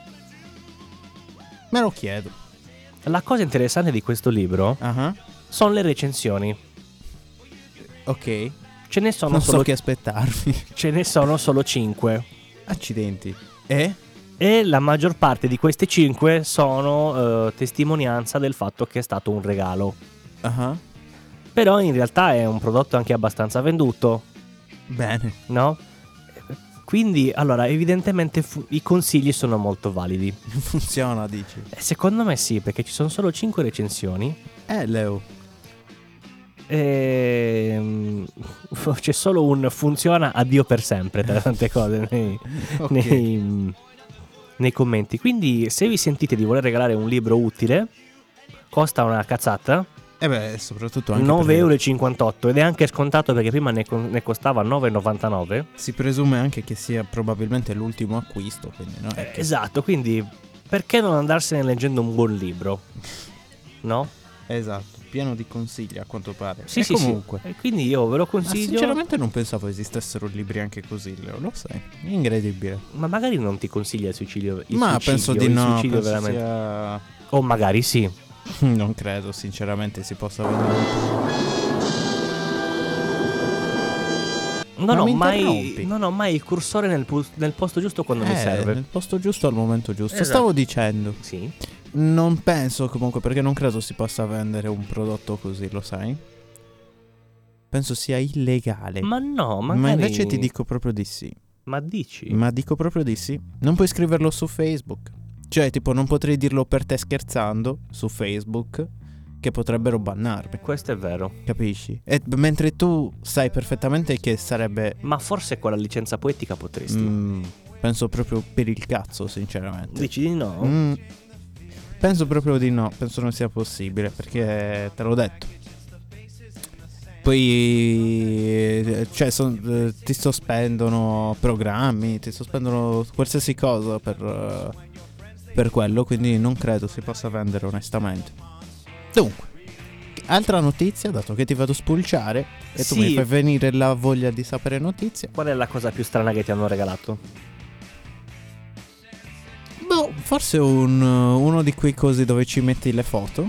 Me lo chiedo. La cosa interessante di questo libro Ah, sono le recensioni. ok. Ce ne sono Non so solo che aspettarmi. ce ne sono solo 5 Accidenti. E? e la maggior parte di queste 5 sono testimonianza del fatto che è stato un regalo. Ah, Però in realtà è un prodotto anche abbastanza venduto, bene. no? Quindi, allora, evidentemente i consigli sono molto validi. Funziona, dici? Secondo me sì, perché ci sono solo 5 recensioni. Leo. C'è solo un funziona, addio per sempre tra tante cose Ok. nei commenti. Quindi se vi sentite di voler regalare un libro utile, costa una cazzata, E beh, soprattutto anche 9,58 €, ed è anche scontato perché prima ne costava 9,99. si presume anche che sia probabilmente l'ultimo acquisto, quindi no? Esatto, quindi perché non andarsene leggendo un buon libro? No? Esatto, pieno di consigli a quanto pare. Sì, E sì, comunque. sì. E quindi io ve lo Ma consiglio. sinceramente non pensavo esistessero libri anche così, Leo, lo sai. Incredibile. Ma magari non ti consiglia il suicidio. Ma penso di no, suicidio penso veramente. sia... O magari sì. Non credo, sinceramente, si possa vedere. Ma mi interrompi? Non ho mai il cursore nel posto giusto quando mi serve. Nel posto giusto al momento giusto. Esatto. Stavo dicendo, Sì. non penso comunque, perché non credo si possa vendere un prodotto così, lo sai? Penso sia illegale. Ma no, Ma magari... invece ti dico proprio di sì. Ma dici? Ma dico proprio di sì. Non puoi scriverlo su Facebook. Cioè, tipo, non potrei dirlo per te scherzando su Facebook, che potrebbero bannarmi. Questo è vero. Capisci? E mentre tu sai perfettamente che sarebbe... Ma forse con la licenza poetica potresti. penso proprio per il cazzo, sinceramente. Dici di no? Penso proprio di no. Penso non sia possibile, perché te l'ho detto. Poi, cioè, ti sospendono programmi, ti sospendono qualsiasi cosa per quello, quindi non credo si possa vendere onestamente. Dunque, altra notizia, dato che ti vado a spulciare e tu Sì. mi fai venire la voglia di sapere notizie. Qual è la cosa più strana che ti hanno regalato? Boh, forse uno di quei cosi dove ci metti le foto.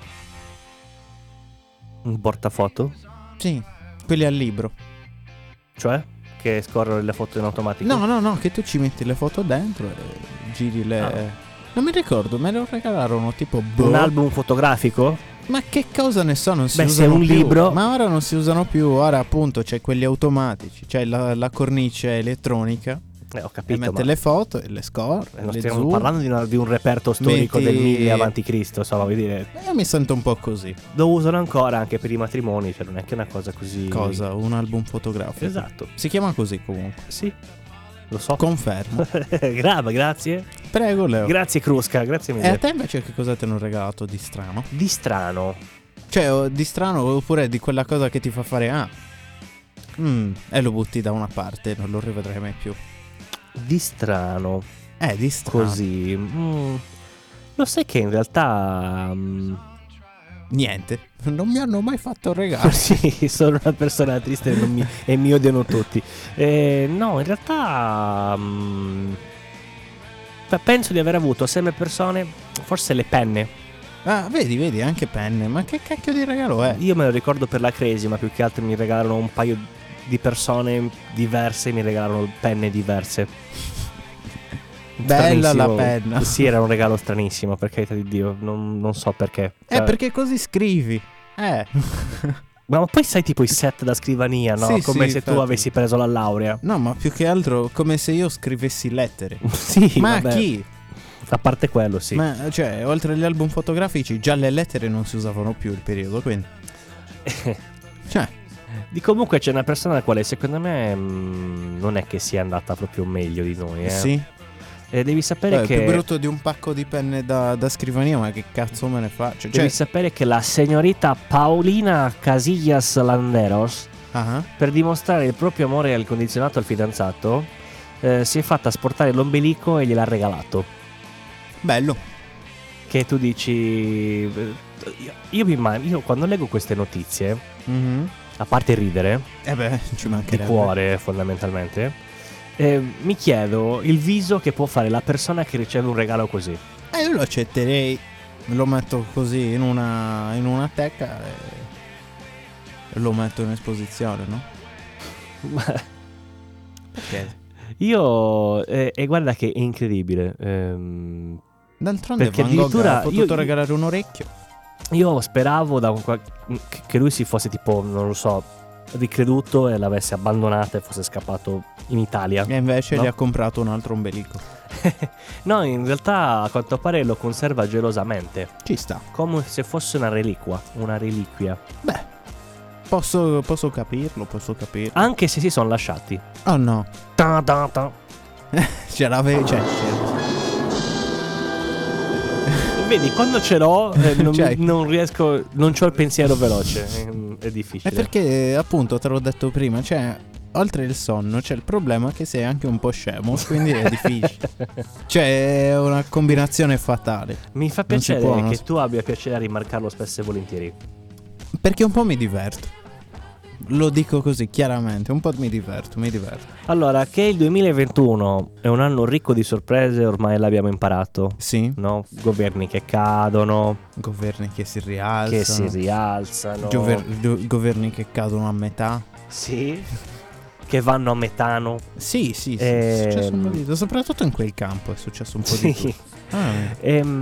Un portafoto? Sì, quelli al libro. Cioè? Che scorrono le foto in automatico? No, che tu ci metti le foto dentro e giri le... Ah. Non mi ricordo, me lo regalarono tipo... Un album fotografico? Ma che cosa ne so, non si Beh, se usano è un più. libro- Ma ora non si usano più, ora appunto c'è quelli automatici, c'è la cornice elettronica Ho e capito, mette ma le foto e le scorre, non le stiamo zoom. parlando di un reperto storico Metti- del 1000 avanti Cristo, insomma, vuol dire, Io mi sento un po' così. lo usano ancora anche per i matrimoni, cioè non è che è una cosa così... Cosa? Un album fotografico. Esatto, Si chiama così comunque. sì, lo so. Confermo. Grazie. Prego Leo. Grazie Crusca, grazie E a mille. te invece che cosa ti hanno regalato di strano? Di strano. Cioè, di strano oppure di quella cosa che ti fa fare e lo butti da una parte, non lo rivedrai mai più. Di strano. Di strano. Così. Lo sai che in realtà... Niente, non mi hanno mai fatto regalo. sì, sono una persona triste e mi odiano tutti. No, in realtà... penso di aver avuto sempre persone... Forse le penne. Ah, vedi, anche penne. Ma che cacchio di regalo è? Io me lo ricordo per la crisi, ma più che altro mi regalarono un paio di persone diverse, mi regalarono penne diverse. Bella la Stranissimo. penna. Sì, era un regalo stranissimo, per carità di Dio, non so perché. Cioè, Perché così scrivi. ma poi sai tipo i set da scrivania, no? Sì, Come sì, se infatti. tu avessi preso la laurea. No, ma più che altro come se io scrivessi lettere. Sì, Ma vabbè, chi? a parte quello, sì. Ma cioè, oltre agli album fotografici, già le lettere non si usavano più il periodo, quindi. Cioè, Di comunque c'è una persona alla quale secondo me non è che sia andata proprio meglio di noi, sì. E devi sapere È che... più brutto di un pacco di penne da scrivania, ma che cazzo me ne faccio? Devi Cioè, sapere che la signorita Paulina Casillas Landeros, per dimostrare il proprio amore al condizionato al fidanzato, si è fatta sportare l'ombelico e gliel'ha regalato. bello. Che tu dici... Io mi immagino, io quando leggo queste notizie, a parte ridere, Ci di mancherebbe. cuore fondamentalmente, mi chiedo il viso che può fare la persona che riceve un regalo così. Io lo accetterei. Lo metto così in una teca e lo metto in esposizione, no? Perché? Io... e guarda che è incredibile. D'altronde Perché Van Gogh addirittura ha potuto io- regalare un orecchio. Io speravo che lui si fosse tipo, non lo so, ricreduto e l'avesse abbandonata e fosse scappato in Italia. E invece No? gli ha comprato un altro ombelico. No, in realtà a quanto pare lo conserva gelosamente, Ci sta. come se fosse una reliquia. Beh, posso capirlo, Anche se si sono lasciati. Oh no. Ta ta ta. Ce l'avevi, cioè, Vedi, quando ce l'ho Cioè. non riesco, non c'ho il pensiero veloce, è è difficile. perché appunto te l'ho detto prima, cioè oltre il sonno c'è il problema che sei anche un po' scemo, quindi è difficile. Cioè è una combinazione fatale. Mi fa Non si piacere può, non che si- tu abbia piacere a rimarcarlo spesso e volentieri. Perché un po' mi diverto. Lo dico così chiaramente, un po' mi diverto. Allora, che il 2021 è un anno ricco di sorprese, ormai l'abbiamo imparato. Sì, No? Governi che cadono, governi che si rialzano. che si rialzano. Governi che cadono a metà. Sì. Che vanno a metano. Sì, è successo un po' di tutto. Soprattutto in quel campo è successo un po' di Sì. tutto. Ah,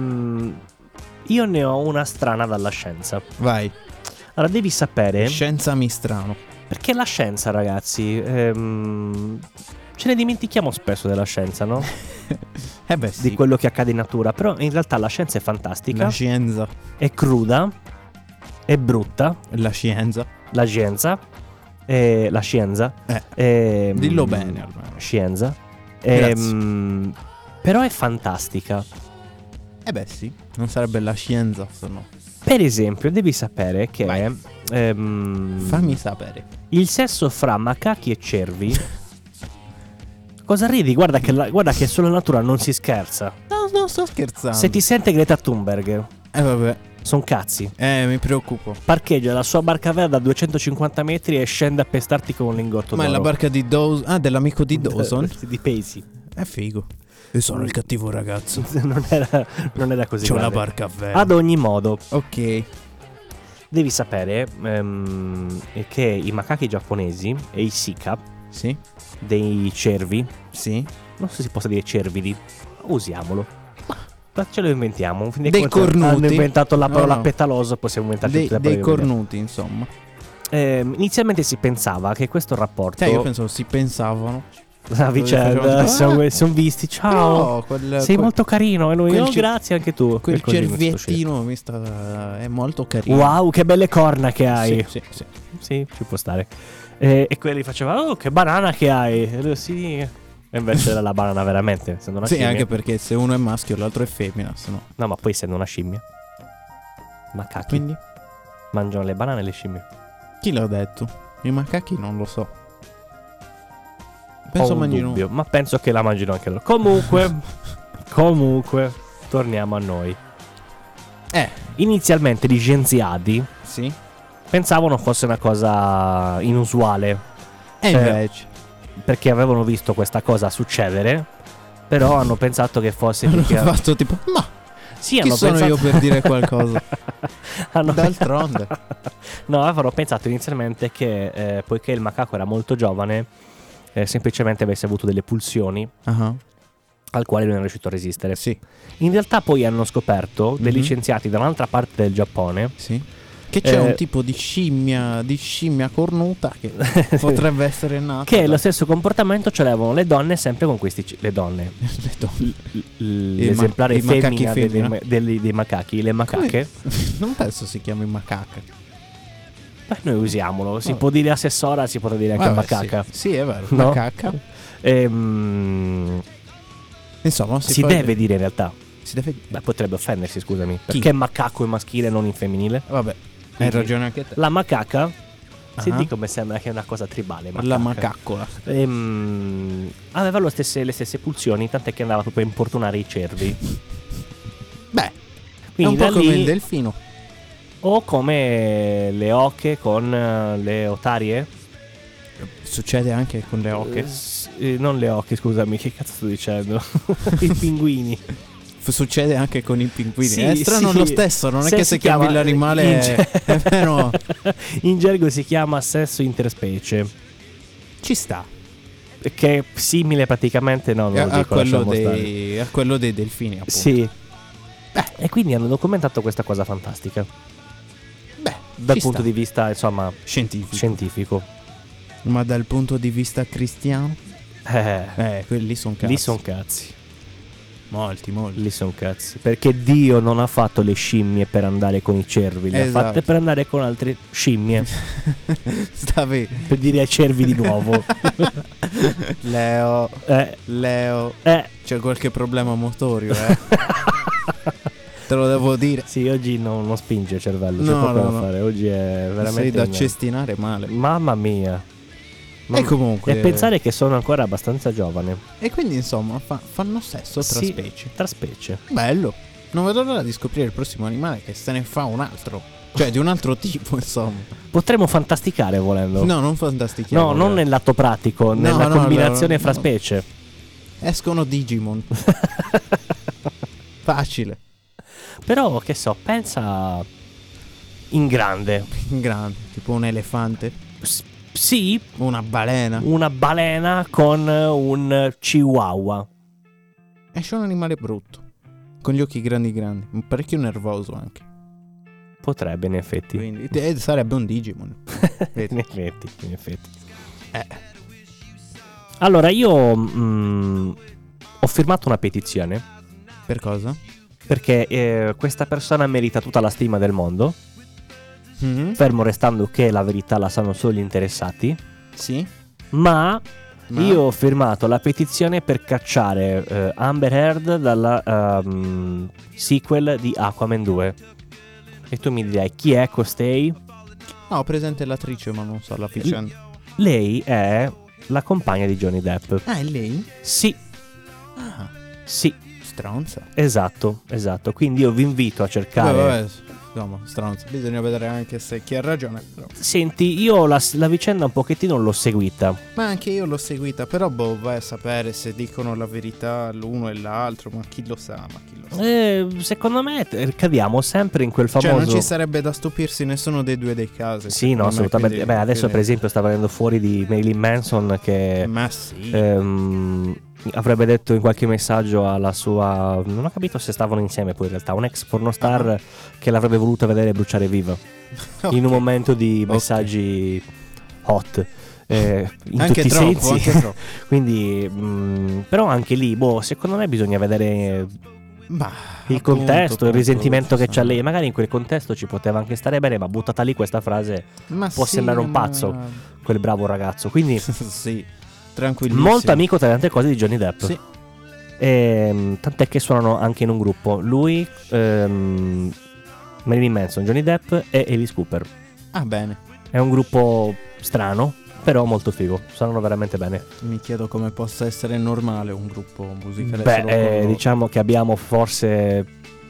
Io ne ho una strana dalla scienza. vai, Allora, devi sapere, scienzami strano. perché la scienza, ragazzi, ce ne dimentichiamo spesso della scienza, no? Beh sì, Di quello che accade in natura. Però in realtà la scienza è fantastica, la scienza. è cruda, è brutta, La scienza. la scienza, la scienza. Dillo bene almeno. Scienza. Grazie. Però è fantastica. Beh sì, non sarebbe la scienza se no. Per esempio, devi sapere che Vai. Fammi sapere. il sesso fra macachi e cervi. Cosa ridi? Guarda che sulla natura non si scherza. No, sto scherzando. Se ti sente Greta Thunberg, Vabbè. son cazzi. Mi preoccupo. Parcheggia la sua barca vera da 250 metri e scende a pestarti con un lingotto Ma è d'oro. la barca di Dawson. Ah, dell'amico di Dawson. Di Pacey. È figo. Io sono il cattivo ragazzo. non era così C'ho la grave. barca vera. Ad ogni modo, Ok. devi sapere che i macachi giapponesi e i sika, Sì. dei cervi, Sì. non so se si possa dire cervidi, usiamolo. Ma ce lo inventiamo. In fin dei Dei conti cornuti. hanno inventato la parola No. petaloso, possiamo inventarci tutte le Dei parole. cornuti, insomma. Inizialmente si pensava che questo rapporto, Io pensavo si pensavano. la vicenda, facevano sono visti, ciao, No, quel, sei quel- molto carino. E noi, quel oh, cer- grazie anche tu. Quel E così inizia a uscire. cerviettino mi sta. È molto carino. Wow, che belle corna che hai. Sì, sì. Sì, ci può stare. E quelli facevano, oh, che banana che hai. E lui, sì. E invece era la banana veramente, essendo una Sì, scimmia. anche perché se uno è maschio e l'altro è femmina, se no. No, ma poi essendo una scimmia. Macachi Quindi, mangiano le banane e le scimmie. chi l'ha detto? I macachi non lo so. Ho Penso un mangino. dubbio, ma penso che la mangino anche loro. Comunque, torniamo a noi. Inizialmente gli scienziati Sì. pensavano fosse una cosa inusuale, E invece. perché avevano visto questa cosa succedere, però hanno pensato che fosse Hanno perché- fatto tipo. Ma Sì, chi hanno sono pensato... io per dire qualcosa? hanno D'altronde. No, avevano pensato inizialmente che poiché il macaco era molto giovane, semplicemente avesse avuto delle pulsioni Ah, al quale non è riuscito a resistere. sì. In realtà poi hanno scoperto dei Mhm. licenziati da un'altra parte del Giappone Sì. Che c'è Eh, un tipo di scimmia cornuta che potrebbe essere nata. che da- lo stesso comportamento ce l'avevano le donne sempre con questi le donne. le donne. L'esemplare i macachi femmina femmina. dei macachi, le macache. Non penso si chiami macaca. Beh, noi usiamolo. Si Vabbè. può dire assessora, si può dire anche Vabbè, macaca. Sì. Sì, è vero. No? Macaca. Insomma, Si deve dire in realtà. Si deve. Beh, potrebbe offendersi, scusami. Perché macaco è maschile e non in femminile? Vabbè, hai Quindi- ragione anche te. La macaca, Ah. senti come sembra che è una cosa tribale. La macaccola. Aveva le stesse pulsioni, tant'è che andava proprio a importunare i cervi. Beh, è Quindi un po' da come lì- il delfino. O come le oche con le otarie. Succede anche con le oche. Non le oche, scusami, che cazzo sto dicendo? I pinguini. Succede anche con i pinguini. Sì, È strano sì. lo stesso, non è Se che si se chiami chiama- l'animale in è vero. In gergo si chiama sesso interspecie, Ci sta. che è simile praticamente, no, non lo A dico, lasciamo stare. a quello dei delfini, appunto. Sì. E quindi hanno documentato questa cosa fantastica Beh, dal ci punto sta. di vista, insomma, Scientifico. scientifico. Ma dal punto di vista cristiano? Quelli sono cazzi. Lì son cazzi. Molti. Lì son cazzi. Perché Dio non ha fatto le scimmie per andare con i cervi, le ha Esatto. fatte per andare con altre scimmie. Stavi. Per dire ai cervi di nuovo. Leo. Leo. C'è qualche problema motorio, Te lo devo dire. Sì, oggi non spinge il cervello, c'è No, poco da no. fare. Oggi è veramente Sei da in- cestinare male. Mamma mia. E comunque. E pensare che sono ancora abbastanza giovane. E quindi insomma fanno sesso tra Sì, specie. Tra specie. Bello. Non vedo l'ora di scoprire il prossimo animale che se ne fa un altro. Cioè di un altro tipo, insomma. Potremmo fantasticare volendo. No, non fantastichiamo. No, non nel lato pratico, No, nella no, combinazione no, fra no. specie. Escono Digimon. Facile. Però, che so, pensa in grande. Grande. Tipo un elefante. Sì, Una balena. una balena con un chihuahua. Esce un animale brutto. Con gli occhi grandi. Un parecchio nervoso anche. Potrebbe, in effetti. Quindi sarebbe un Digimon. Vedi? In effetti. Allora, io ho firmato una petizione Per cosa? perché questa persona merita tutta la stima del mondo, Mhm. fermo restando che la verità la sanno solo gli interessati, Sì. ma Ma- io ho firmato la petizione per cacciare Amber Heard dalla sequel di Aquaman 2. E tu mi dirai chi è costei? No, ho presente l'attrice, ma non so la vicenda. Lei è la compagna di Johnny Depp. Ah, è lei? Sì, Ah, sì, stronza. esatto. Quindi io vi invito a cercare. Vabbè, insomma, stronza. Bisogna vedere anche se chi ha ragione. Però. Senti, io la vicenda un pochettino l'ho seguita. Ma anche io l'ho seguita, però vai a sapere se dicono la verità l'uno e l'altro, ma chi lo sa, Secondo me cadiamo sempre in quel Cioè, famoso. non ci sarebbe da stupirsi nessuno dei due dei casi. Sì, no, secondo me, assolutamente. quindi- Beh, adesso quindi- per esempio sta venendo fuori di Marilyn Manson che Ma sì. avrebbe detto in qualche messaggio alla sua, non ho capito se stavano insieme poi in realtà, un ex pornostar che l'avrebbe voluta vedere bruciare viva in un momento di messaggi hot. In Anche tutti i troppo, sensi. anche troppo. Quindi però anche lì secondo me bisogna vedere Ma, il appunto, contesto, il risentimento che c'ha sì. lei. Magari in quel contesto ci poteva anche stare bene, ma buttata lì questa frase Ma può sì, sembrare un ma- pazzo, quel bravo ragazzo. Quindi Sì, tranquillissimo. molto amico tra le altre cose di Johnny Depp. Sì. Tant'è che suonano anche in un gruppo lui, Marilyn Manson, Johnny Depp e Alice Cooper. Ah, bene. È un gruppo strano, però molto figo. Suonano veramente bene. Mi chiedo come possa essere normale un gruppo musicale solo con Beh, loro. diciamo che abbiamo forse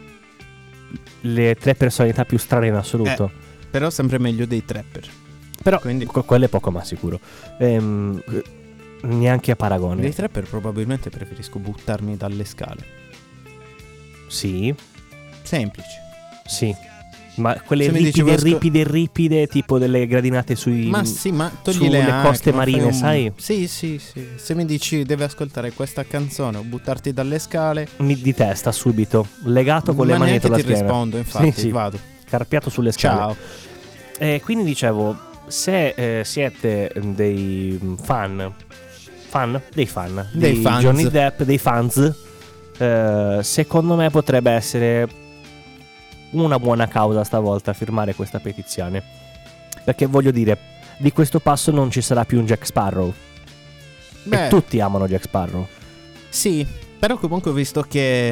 le 3 personalità più strane in assoluto. Però sempre meglio dei trapper. Però quindi- quello è poco ma sicuro. Neanche a paragone. Dei trapper probabilmente preferisco buttarmi dalle scale. Sì, Semplice. sì. Ma quelle Se mi dici, ripide, tipo delle gradinate sui Ma sì, ma togli sulle le coste ma fai marine, sai? Sì. Se mi dici devi ascoltare questa canzone o buttarti dalle scale, di testa subito, legato con le ma mani neanche dietro la ti schiena. rispondo, infatti, Sì, sì. vado. Carpiato sulle scale. Ciao. Quindi dicevo, se siete dei fan Dei di fans. Johnny Depp, dei fans, secondo me potrebbe essere una buona causa stavolta firmare questa petizione, perché voglio dire, di questo passo non ci sarà più un Jack Sparrow. Beh, E tutti amano Jack Sparrow. sì, però comunque ho visto che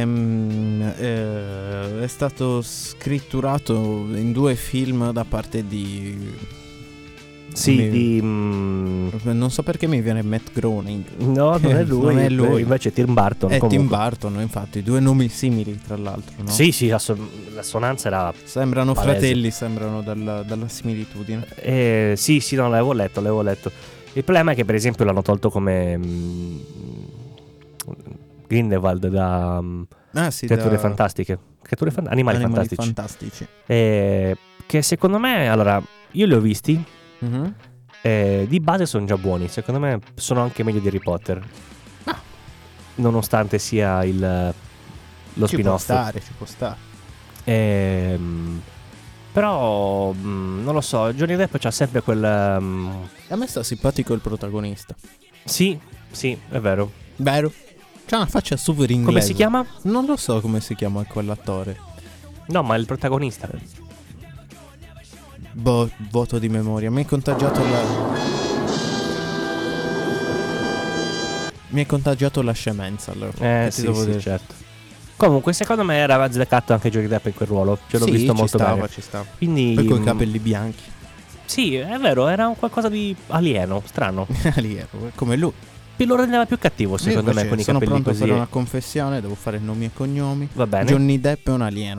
è stato scritturato in 2 film da parte di... Sì, Non so perché mi viene Matt Groening. no, non è lui, Non è lui. invece è Tim Burton. È comunque. Tim Burton, infatti, 2 nomi simili tra l'altro, no? Sì, l'assonanza era Sembrano palese. fratelli, sembrano dalla similitudine. sì, no, l'avevo letto. Il problema è che per esempio l'hanno tolto come Grindelwald da Sì, Creature Fantastiche. Animali Fantastici. fantastici. Che secondo me, allora, io li ho visti. Mhm. Di base sono già buoni. Secondo me sono anche meglio di Harry Potter. Nonostante sia lo Ci può spin-off. stare, ci può stare. Però non lo so, Johnny Depp c'ha sempre quel A me sta simpatico il protagonista. sì, è vero. Vero? C'ha una faccia super inglese. Come si chiama? Non lo so come si chiama quell'attore. No, ma il protagonista. Boh, voto di memoria. Mi è contagiato la scemenza, allora. Che ti Sì, devo sì, dire? certo. Comunque, secondo me era azzeccato anche Johnny Depp in quel ruolo. Ce l'ho Sì, visto ci molto stava, bene. ci stava. Quindi Poi con i capelli bianchi. sì, è vero, era un qualcosa di alieno, strano. Alieno, come lui. Lo rendeva più cattivo, secondo me, con i sono capelli pronto così. a fare una confessione, devo fare nomi e cognomi. Va bene. Johnny Depp è un alieno.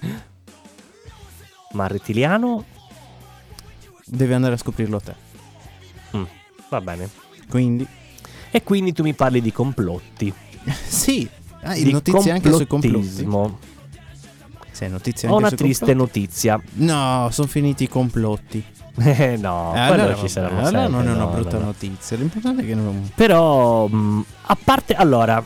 Ma rettiliano? Devi andare a scoprirlo te. Va bene. Quindi E quindi tu mi parli di complotti. sì, Di notizie anche sui complotti. complottismo. Sì, notizie Ho anche una sui triste complotti. notizia. No, sono finiti i complotti. No, Allora quello ci vabbè, saranno allora sempre. non è una no, brutta no. notizia. L'importante è che non... Però, a parte, allora,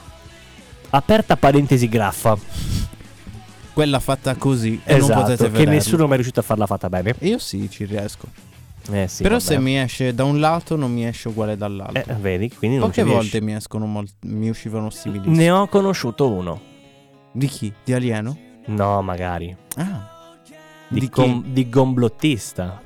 aperta parentesi graffa. Quella fatta così e non Esatto, potete che vederla. nessuno è mai riuscito a farla fatta bene. Io sì, ci riesco. Sì, Però vabbè. se mi esce da un lato non mi esce uguale dall'altro. Vedi, quindi non Poche ci riesci. volte mi escono mi uscivano similissimi. Ne ho conosciuto uno. Di chi? Di alieno? No, magari. Ah. Di, chi? di gomblottista.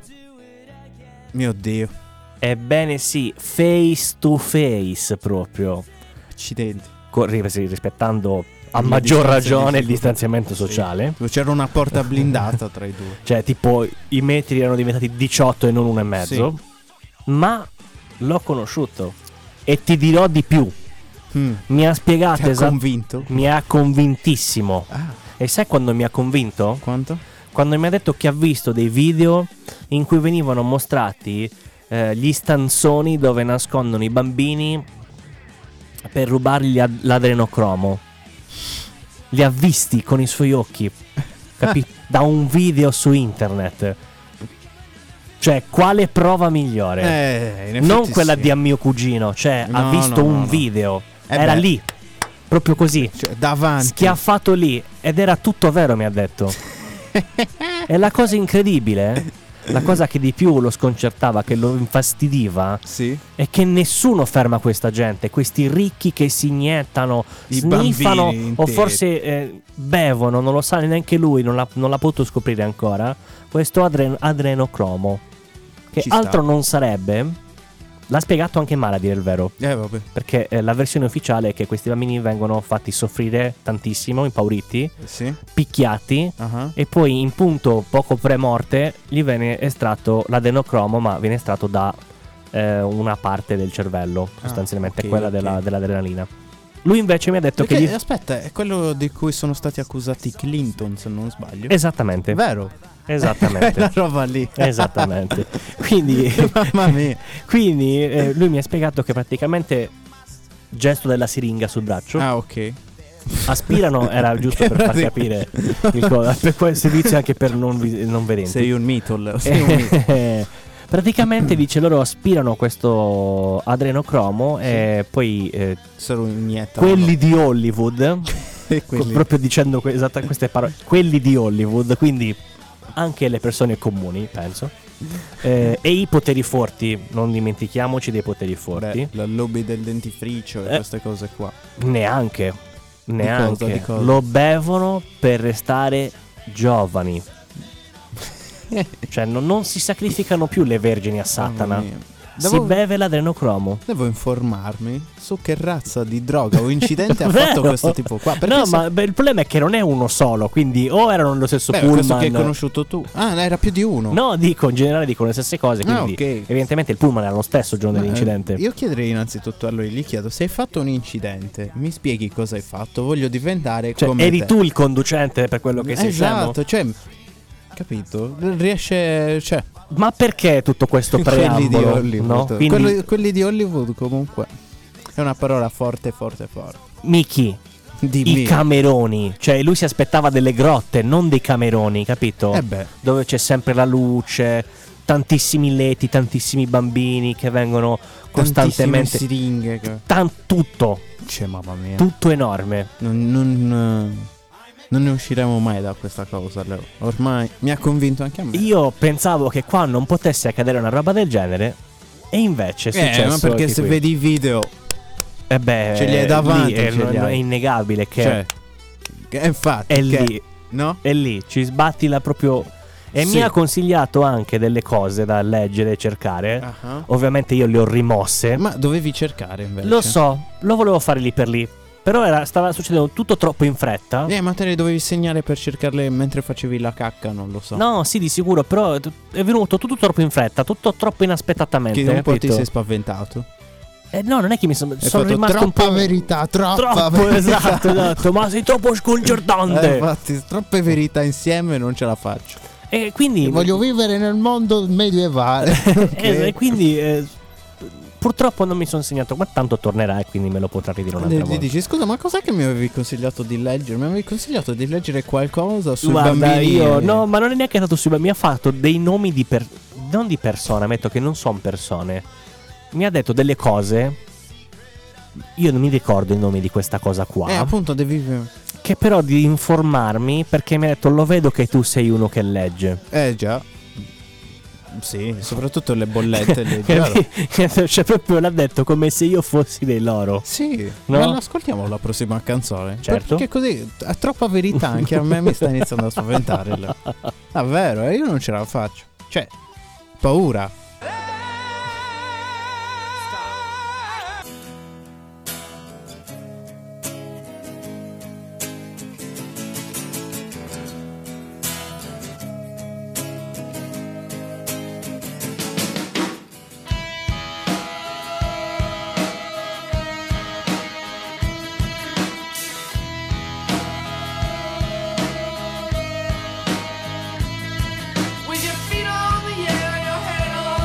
Mio Dio. Ebbene sì, face to face proprio. Accidenti. Rispettando a Le maggior distanze ragione il di- distanziamento Sì. sociale. C'era una porta blindata tra i due. Cioè, tipo, i metri erano diventati 18 e non 1,5. Ma l'ho conosciuto. E ti dirò di più. Mi ha spiegato Ti ha convinto? Mi ha convintissimo. Ah, E sai quando mi ha convinto? quanto? Quando mi ha detto che ha visto dei video in cui venivano mostrati gli stanzoni dove nascondono i bambini per rubargli l'adrenocromo. Li ha visti con i suoi occhi, da un video su internet. Cioè, quale prova migliore? In effetti Non quella sì. di a mio cugino, cioè ha No, visto no, un no. video. Eh Era beh. lì, proprio così. Cioè, davanti. Schiaffato lì ed era tutto vero, mi ha detto. E la cosa incredibile, la cosa che di più lo sconcertava, che lo infastidiva, Sì. è che nessuno ferma questa gente, questi ricchi che si iniettano, I sniffano bambini o interi. forse bevono, non lo sa neanche lui, non l'ha potuto scoprire ancora, questo adrenocromo, che Ci altro sta. non sarebbe. L'ha spiegato anche male, a dire il vero. Vabbè. Perché la versione ufficiale è che questi bambini vengono fatti soffrire tantissimo, impauriti, Sì. picchiati, Ah. e poi in punto poco pre-morte gli viene estratto l'adenocromo, ma viene estratto da una parte del cervello, sostanzialmente ok, quella ok. dell'adrenalina. Lui invece mi ha detto Perché, che aspetta, è quello di cui sono stati accusati i Clinton, se non sbaglio. Esattamente. Vero? Esattamente. Quella roba lì. Esattamente. Quindi Mamma mia. quindi lui mi ha spiegato che praticamente gesto della siringa sul braccio. Ah, ok. Aspirano, era giusto per far capire per quel servizio anche per non vedenti. Sei un mitol. Sei un mitol. Praticamente dice loro aspirano questo adrenocromo e poi Solo iniettano. quelli di Hollywood, E quelli- proprio dicendo queste parole, quelli di Hollywood, quindi anche le persone comuni, penso. E i poteri forti, non dimentichiamoci dei poteri forti. Beh, la lobby del dentifricio e queste cose qua. Neanche Di cosa? lo bevono per restare giovani. Cioè non si sacrificano più le vergini a Satana. Mamma mia. Si beve l'adrenocromo. Devo informarmi su che razza di droga o incidente ha Vero? fatto questo tipo qua. Perché No, ma il problema è che non è uno solo, quindi o erano nello stesso questo pullman. che hai conosciuto tu. Ah, era più di uno. No, dico, in generale dicono le stesse cose, quindi ok. evidentemente il pullman era lo stesso il giorno dell'incidente. Io chiederei innanzitutto a lui, gli chiedo: se hai fatto un incidente, mi spieghi cosa hai fatto? Voglio diventare Cioè, come eri te. tu il conducente, per quello che sei scemo? Esatto, cioè, capito? Riesce, cioè, Ma perché tutto questo quelli di preambolo? Hollywood. No? Quindi, Quelli di Hollywood comunque è una parola forte, forte, forte. Mickey, Dimmi. i cameroni. Cioè, lui si aspettava delle grotte, non dei cameroni, capito? beh, Dove c'è sempre la luce, tantissimi letti, tantissimi bambini che vengono costantemente. siringhe. Tutto, Cioè, mamma mia. tutto enorme. Non Non ne usciremo mai da questa cosa, Leo. Ormai mi ha convinto anche a me. Io pensavo che qua non potesse accadere una roba del genere, e invece è successo. Ma perché anche se qui. vedi i video ce li hai davanti, è, ce li hai. è innegabile che cioè, infatti, è lì, no? è lì, ci sbatti la proprio. E Sì. mi ha consigliato anche delle cose da leggere e cercare. Ah. Ovviamente io le ho rimosse. Ma dovevi cercare invece. Lo so, lo volevo fare lì per lì. Però stava succedendo tutto troppo in fretta. Ma te le dovevi segnare per cercarle mentre facevi la cacca, non lo so. No, sì, di sicuro, però è venuto tutto troppo in fretta, tutto troppo inaspettatamente. Che un po' ti capito? sei spaventato. No, non è che mi sono Fatto rimasto un po'. verità, Troppo, esatto, ma sei troppo sconcertante. Infatti, troppe verità insieme non ce la faccio. E quindi Voglio vivere nel mondo medievale. e quindi purtroppo non mi sono segnato, ma tanto tornerà e quindi me lo potrà ridire un'altra Gli volta. dici, scusa, ma cos'è che mi avevi consigliato di leggere? Mi avevi consigliato di leggere qualcosa sui Guarda, bambini? no, ma non è neanche stato sui bambini. Mi ha fatto dei nomi di non di persone, ammetto che non sono persone. Mi ha detto delle cose. Io non mi ricordo i nomi di questa cosa qua. Appunto, devi. Che però di informarmi, perché mi ha detto lo vedo che tu sei uno che legge. Già. Sì, soprattutto le bollette. le Cioè proprio l'ha detto come se io fossi dei loro. Sì, No? ma ascoltiamo la prossima canzone. Certo. Perché così è troppa verità, anche a me mi sta iniziando a spaventare. Davvero, io non ce la faccio. Cioè, paura. With your feet on the air, your head on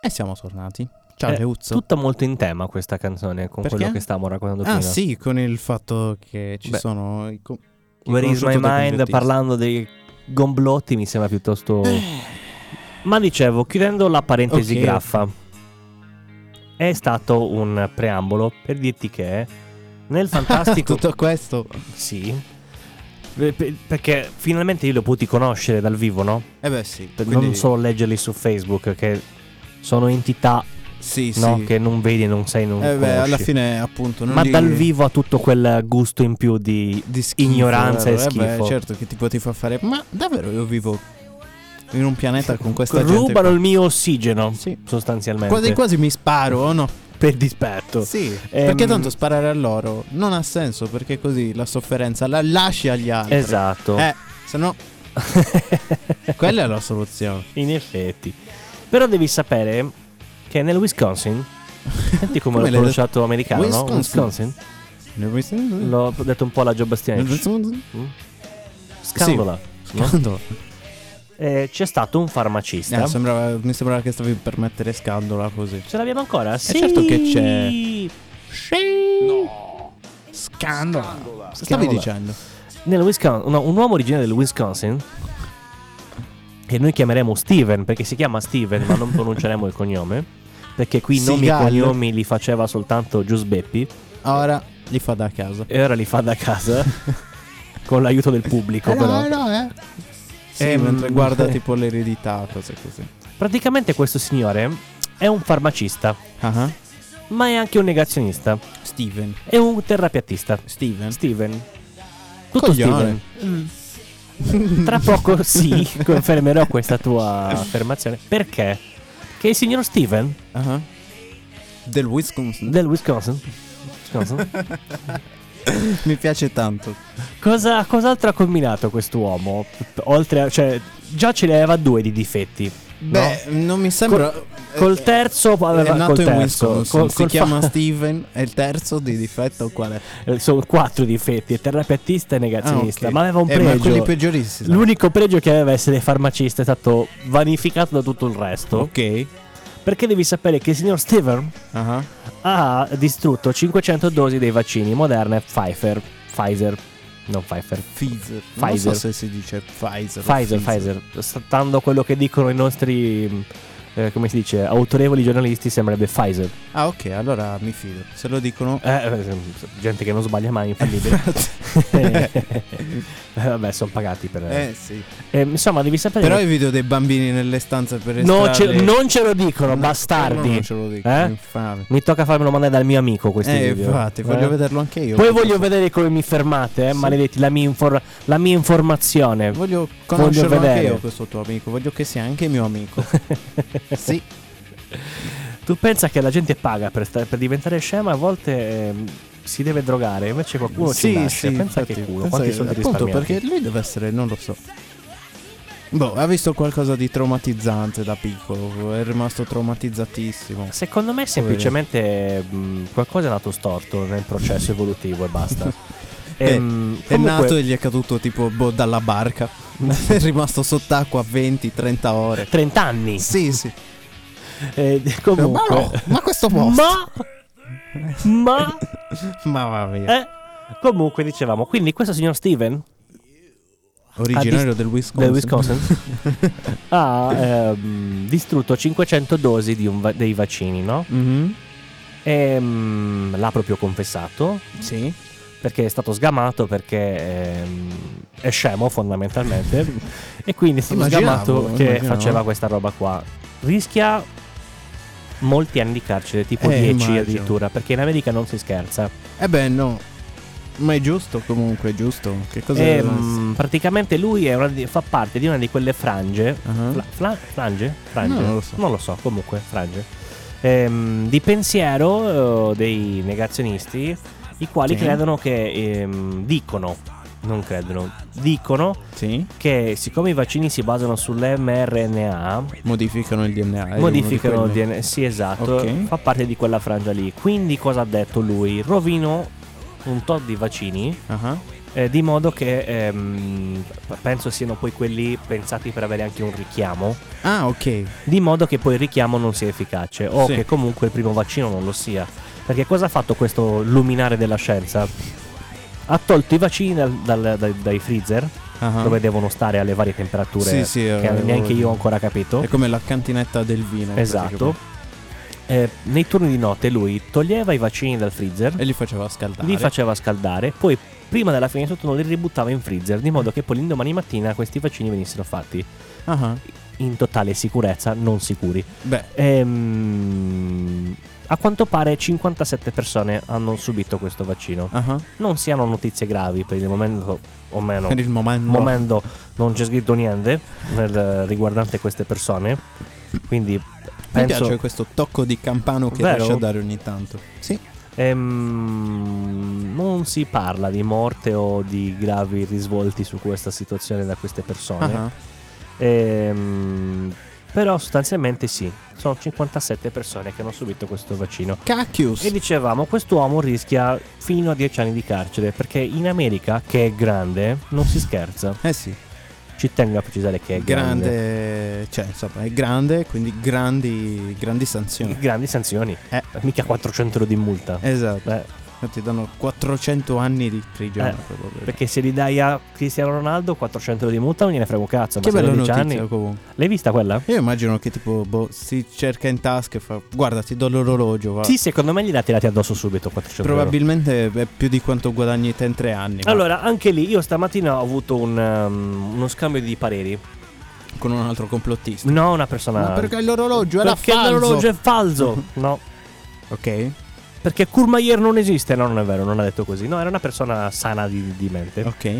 E siamo tornati. Ciao È Leuzzo. tutta molto in tema questa canzone con Perché? quello che stavamo raccontando prima. Ah sì, con il fatto che ci sono i Where is my conosciuto dei mind, complottisti. parlando dei gomblotti, mi sembra piuttosto... Ma dicevo, chiudendo la parentesi Ok. graffa, è stato un preambolo per dirti che nel fantastico... Tutto questo. Sì. Perché finalmente io li ho potuti conoscere dal vivo, no? Eh beh sì. Non solo leggerli su Facebook, che sono entità, Sì, no? sì. Che non vedi, non sai, non Beh, conosci. alla fine appunto non Ma li- dal vivo ha tutto quel gusto in più di schifo, ignoranza e vero? schifo. Beh, certo che tipo ti fa fare. Ma davvero io vivo in un pianeta con questa gente Rubano qua? il mio ossigeno, Sì. sostanzialmente. Quasi quasi mi sparo, o no? Per dispetto. Sì, perché Ehm, tanto sparare a loro non ha senso, perché così la sofferenza la lasci agli altri. Esatto. Se no quella è la soluzione. In effetti. Però devi sapere che nel Wisconsin, senti come l'ho l'hai pronunciato americano, no? Wisconsin. Wisconsin? L'ho detto un po' alla Joe Bastianich. Scandola. no? Scandalo. C'è stato un farmacista. Mi sembrava che stavi per mettere scandola così. Ce l'abbiamo ancora? Sì. certo che c'è. Sì. Scandalo. Cosa stavi Scandola. dicendo? Nel Wisconsin, un uomo originario del Wisconsin, che noi chiameremo Steven, perché si chiama Steven, ma non pronunceremo il cognome, perché qui nomi e Seagal. cognomi li faceva soltanto Giusbeppi, Ora li fa da casa. e ora li fa da casa con l'aiuto del pubblico, però. Sì, mentre guarda tipo l'eredità, cose così. Praticamente questo signore è un farmacista, Ah, ma è anche un negazionista, Steven. è un terrapiattista. Steven. Steven. Tutto Coglione. Steven. Tra poco sì, confermerò questa tua affermazione. Perché? Che il signor Steven Ah. Del Wisconsin. del Wisconsin, Mi piace tanto. cos'altro ha combinato quest'uomo? Oltre a, cioè, già ce ne aveva due di difetti. Beh, non mi sembra. Col terzo È aveva nato col in terzo, Wisconsin. Si chiama fa- Steven. E il terzo di difetto qual è? sono 4 difetti, è terrapiattista e negazionista, Ah, ok. ma aveva un Ma pregio. quelli peggiori si sa. L'unico pregio che aveva essere farmacista è stato vanificato da tutto il resto. Ok. Perché devi sapere che il signor Steven Ah. ha distrutto 500 dosi dei vaccini Moderna e Pfizer. Non Pfizer. Pfizer. Non Pfizer. so se si dice Pfizer. o Pfizer. Stando a quello che dicono i nostri, come si dice, autorevoli giornalisti, sembrerebbe Pfizer. Ah, ok, allora mi fido. Se lo dicono. Gente che non sbaglia mai, infallibile. Vabbè, sono pagati per... Sì. insomma, devi sapere... Però i video dei bambini nelle stanze per non estrarre... ce lo dicono, bastardi. Non ce lo dico, Eh? infame. Mi tocca farmelo mandare dal mio amico questi video. Infatti, voglio vederlo anche io. Poi voglio vedere come mi fermate, Sì. maledetti, la mia informazione. Voglio conoscerlo anche vedere. io, questo tuo amico. Voglio che sia anche mio amico. Sì. Tu pensa che la gente paga per diventare scema, a volte si deve drogare, invece qualcuno ci nasce. Pensa infatti, che culo, pensa quanti che- soldi appunto, risparmiati. perché lui deve essere, non lo so. Boh, ha visto qualcosa di traumatizzante da piccolo. È rimasto traumatizzatissimo. Secondo me semplicemente qualcosa è nato storto nel processo evolutivo e basta. È Comunque, nato e gli è caduto tipo dalla barca. È rimasto sott'acqua 20-30 ore. 30 anni. Sì, sì. Comunque, Ma no, ma questo posto. ma Ma va via. comunque dicevamo, quindi questo signor Steven Originario del Wisconsin. del Wisconsin ha distrutto 500 dosi dei vaccini, no? Mhm. E l'ha proprio confessato, Sì. perché è stato sgamato, perché è scemo fondamentalmente e quindi è stato sgamato che immaginavo. faceva questa roba qua. Rischia molti anni di carcere, tipo 10 immagino. addirittura, perché in America non si scherza. Beh, no. Ma è giusto comunque, giusto? Che cosa E, deve essere? praticamente lui è fa parte di una di quelle frange. Ah. Frange? No, non lo so. Non lo so, comunque, frange. Di pensiero dei negazionisti, i quali Sì. credono che dicono Sì. che siccome i vaccini si basano sull'mRNA, Modificano il DNA. è modificano uno il di quelli. DNA. Sì, esatto, Ok. fa parte di quella frangia lì. Quindi cosa ha detto lui? Rovino un tot di vaccini Ah. di modo che penso siano poi quelli pensati per avere anche un richiamo, Ah, ok. di modo che poi il richiamo non sia efficace o Sì. che comunque il primo vaccino non lo sia. Perché cosa ha fatto questo luminare della scienza? Ha tolto i vaccini dai freezer, Ah. dove devono stare alle varie temperature, Sì, sì, che neanche io ho ancora capito. È come la cantinetta del vino. Esatto. Nei turni di notte lui toglieva i vaccini dal freezer, E li faceva scaldare. li faceva scaldare, poi prima della fine di turno li ributtava in freezer, di modo che poi l'indomani mattina questi vaccini venissero fatti Ah. in totale sicurezza, non sicuri. Beh, A quanto pare 57 persone hanno subito questo vaccino. ah. Non si hanno notizie gravi per il momento, o meno. Per il momento. Momento non c'è scritto niente riguardante queste persone. Quindi Mi penso piace questo tocco di campano che Vero? riesce a dare ogni tanto. Sì. non si parla di morte o di gravi risvolti su questa situazione da queste persone. Ah. Però sostanzialmente sì, sono 57 persone che hanno subito questo vaccino. Cacchius. E dicevamo, quest'uomo rischia fino a 10 anni di carcere, perché in America, che è grande, non si scherza. Eh sì. Ci tengo a precisare che è grande. Cioè, insomma, è grande, quindi grandi sanzioni. Grandi sanzioni. Mica 400 euro di multa. Esatto. Ti danno 400 anni di prigione. proprio per- Perché se li dai a Cristiano Ronaldo 400 euro di multa non gliene frega un cazzo. Che ma se bella hai 10 notizia anni... comunque. L'hai vista quella? Io immagino che tipo si cerca in tasca e fa guarda ti do l'orologio va. Sì, secondo me gliela tirati addosso subito 400 euro. Probabilmente è più di quanto guadagni te in 3 anni. ma Allora, anche lì io stamattina ho avuto uno scambio di pareri. con un altro complottista. No, una persona... Ma perché l'orologio era Perché falso. l'orologio è falso. No. Ok. Perché Courmayeur non esiste. No, non è vero, non ha detto così. No, era una persona sana di mente. Ok.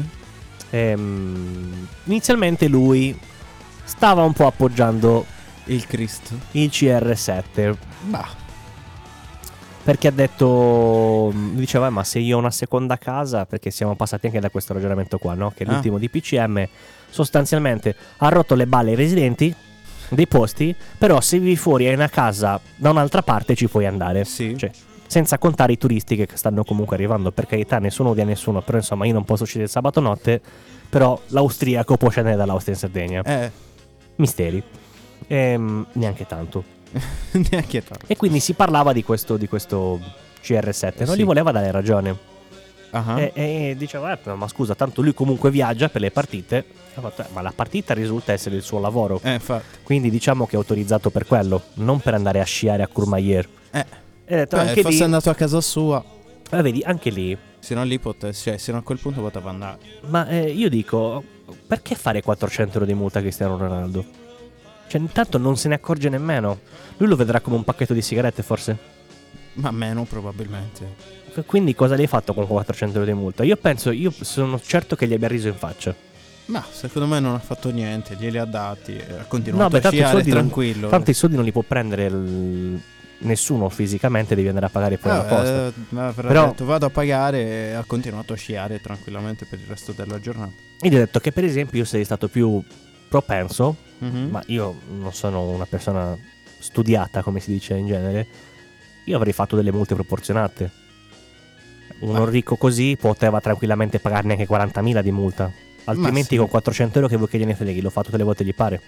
Inizialmente lui stava un po' appoggiando Il Cristo. il CR7. Bah. Perché ha detto, diceva, ma se io ho una seconda casa, perché siamo passati anche da questo ragionamento qua, no? Che l'ultimo di PCM sostanzialmente ha rotto le balle ai residenti dei posti, però se vivi fuori e hai una casa da un'altra parte ci puoi andare. Sì. Cioè, senza contare i turisti che stanno comunque arrivando, per carità nessuno odia nessuno, però insomma io non posso uscire il sabato notte, però l'austriaco può scendere dall'Austria in Sardegna. Misteri. Neanche tanto. Neanche tanto. E quindi si parlava di questo CR7, non Sì. gli voleva dare ragione. Ah. E diceva, ma scusa, tanto lui comunque viaggia per le partite. Ha fatto, ma la partita risulta essere il suo lavoro. Infatti. Quindi diciamo che è autorizzato per quello, non per andare a sciare a Courmayeur. E ha detto, anche fosse lì, andato a casa sua. vedi, anche lì. Se no lì se no a quel punto poteva andare. Ma io dico, perché fare 400 euro di multa a Cristiano Ronaldo? Cioè, intanto non se ne accorge nemmeno. Lui lo vedrà come un pacchetto di sigarette, forse. Ma meno probabilmente. Quindi cosa gli hai fatto con 400 euro di multa? Io sono certo che gli abbia riso in faccia. Ma secondo me non ha fatto niente, glieli ha dati e ha No, continuato beh, a tanto i sciare soldi non- tranquillo. Tanto i soldi non li può prendere nessuno fisicamente, devi andare a pagare poi alla posta. Però detto vado a pagare e ha continuato a sciare tranquillamente per il resto della giornata. Io gli ho detto che per esempio io sarei stato più propenso, Mhm. ma io non sono una persona studiata come si dice in genere, io avrei fatto delle multe proporzionate. Uno ricco così poteva tranquillamente pagarne anche 40.000 di multa. Altrimenti sì. con 400 euro che vuoi che gliene freghi, l'ho fatto tutte le volte gli pare.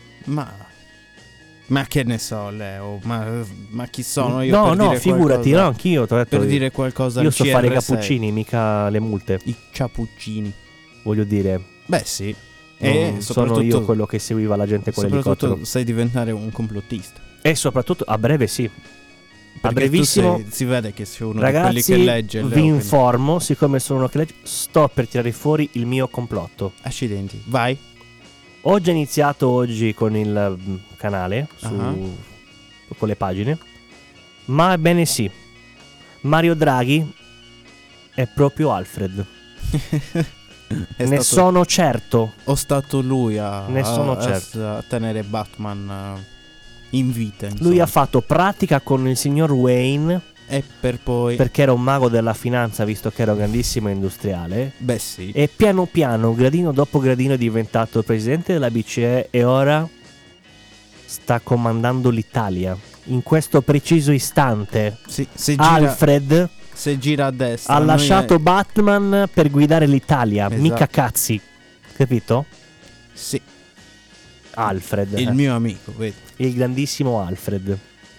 Ma che ne so, Leo? Ma chi sono io? No, per no, dire figurati, qualcosa- no, anch'io t'ho detto, Per dire qualcosa io al so fare i CR6. cappuccini, mica le multe, I ciapuccini. voglio dire. Beh sì. Non E sono io quello che seguiva la gente con l'elicottero. soprattutto sai diventare un complottista. E soprattutto a breve sì. A Perché brevissimo, tu si vede che sei uno di quelli ragazzi, che legge. Leo, vi quindi- informo, siccome sono uno che legge, sto per tirare fuori il mio complotto. Accidenti, vai. Ho già iniziato oggi con il canale, con le pagine, ma ebbene sì, Mario Draghi è proprio Alfred. È Ne stato- sono certo. O stato lui Ne sono certo. a tenere Batman in vita. Insomma. Lui ha fatto pratica con il signor Wayne E per poi. perché era un mago della finanza, visto che era un grandissimo industriale. Beh sì. E piano piano, gradino dopo gradino, è diventato presidente della BCE e ora sta comandando l'Italia. In questo preciso istante, Sì, se gira, Alfred Se gira a destra. Ha noi- lasciato Batman per guidare l'Italia, Esatto. mica cazzi. Capito? Sì, Alfred. il mio amico, vedi. Il grandissimo Alfred.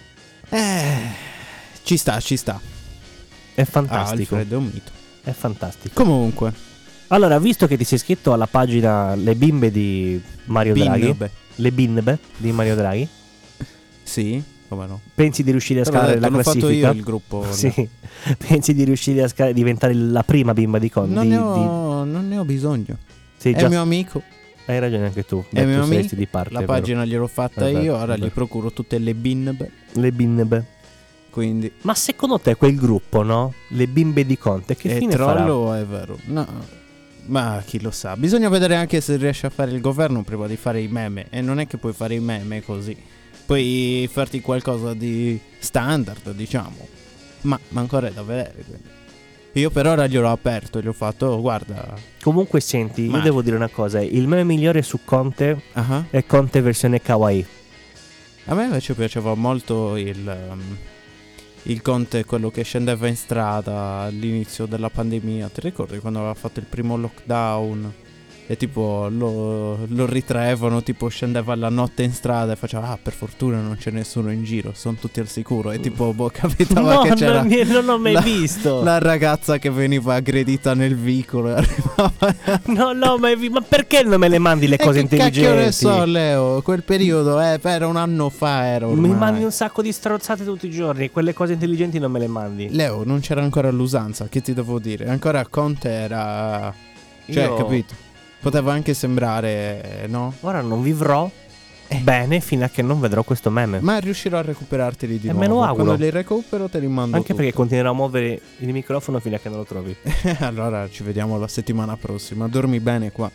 Ci sta. È fantastico. Alfred è un mito. È fantastico. Comunque, Allora, visto che ti sei iscritto alla pagina Le bimbe di Mario Draghi, Binbe. le bimbe di Mario Draghi, Sì, come no. pensi di riuscire a Te l'ho scalare detto, la l'ho fatto classifica? io il gruppo. Sì. Pensi di riuscire a diventare la prima bimba di Conte? Non ne ho bisogno. Sei È già... il mio amico. Hai ragione anche tu. È il mio tu saresti amico. di parte. La vero? pagina gliel'ho fatta Vabbè, io. Ora vabbè. gli procuro tutte le binbe. Le bimbe. Quindi Ma secondo te quel gruppo, no? Le bimbe di Conte, che è fine farà? trollo, è vero. No. Ma chi lo sa. Bisogna vedere anche se riesce a fare il governo prima di fare i meme. E non è che puoi fare i meme così. Puoi farti qualcosa di standard, diciamo. Ma ancora è da vedere. Quindi. Io per ora gliel'ho aperto. Gli ho fatto, oh, guarda. Comunque senti, Ma- io devo dire una cosa. Il meme migliore su Conte Ah. è Conte versione kawaii. A me invece piaceva molto il Conte, quello che scendeva in strada all'inizio della pandemia. Ti ricordi quando aveva fatto il primo lockdown? E tipo lo ritraevano, tipo scendeva la notte in strada e faceva, ah, per fortuna non c'è nessuno in giro, sono tutti al sicuro. E tipo, boh, capitava No, che c'era non l'ho mai la- visto. la ragazza che veniva aggredita nel vicolo e arrivava. No, ma perché non me le mandi le cose E che intelligenti? cacchio ne so, Leo, quel periodo, era un anno fa, era ormai. Mi mandi un sacco di strozzate tutti i giorni. Quelle cose intelligenti non me le mandi. Leo, non c'era ancora l'usanza, che ti devo dire? Ancora Conte era... Cioè, Io- capito? Poteva anche sembrare, no? Ora non vivrò bene fino a che non vedrò questo meme. Ma riuscirò a recuperarteli di E nuovo. me lo auguro. Quando li recupero te li mando Anche tutti. perché continuerò a muovere il microfono fino a che non lo trovi. Allora ci vediamo la settimana prossima. Dormi bene qua.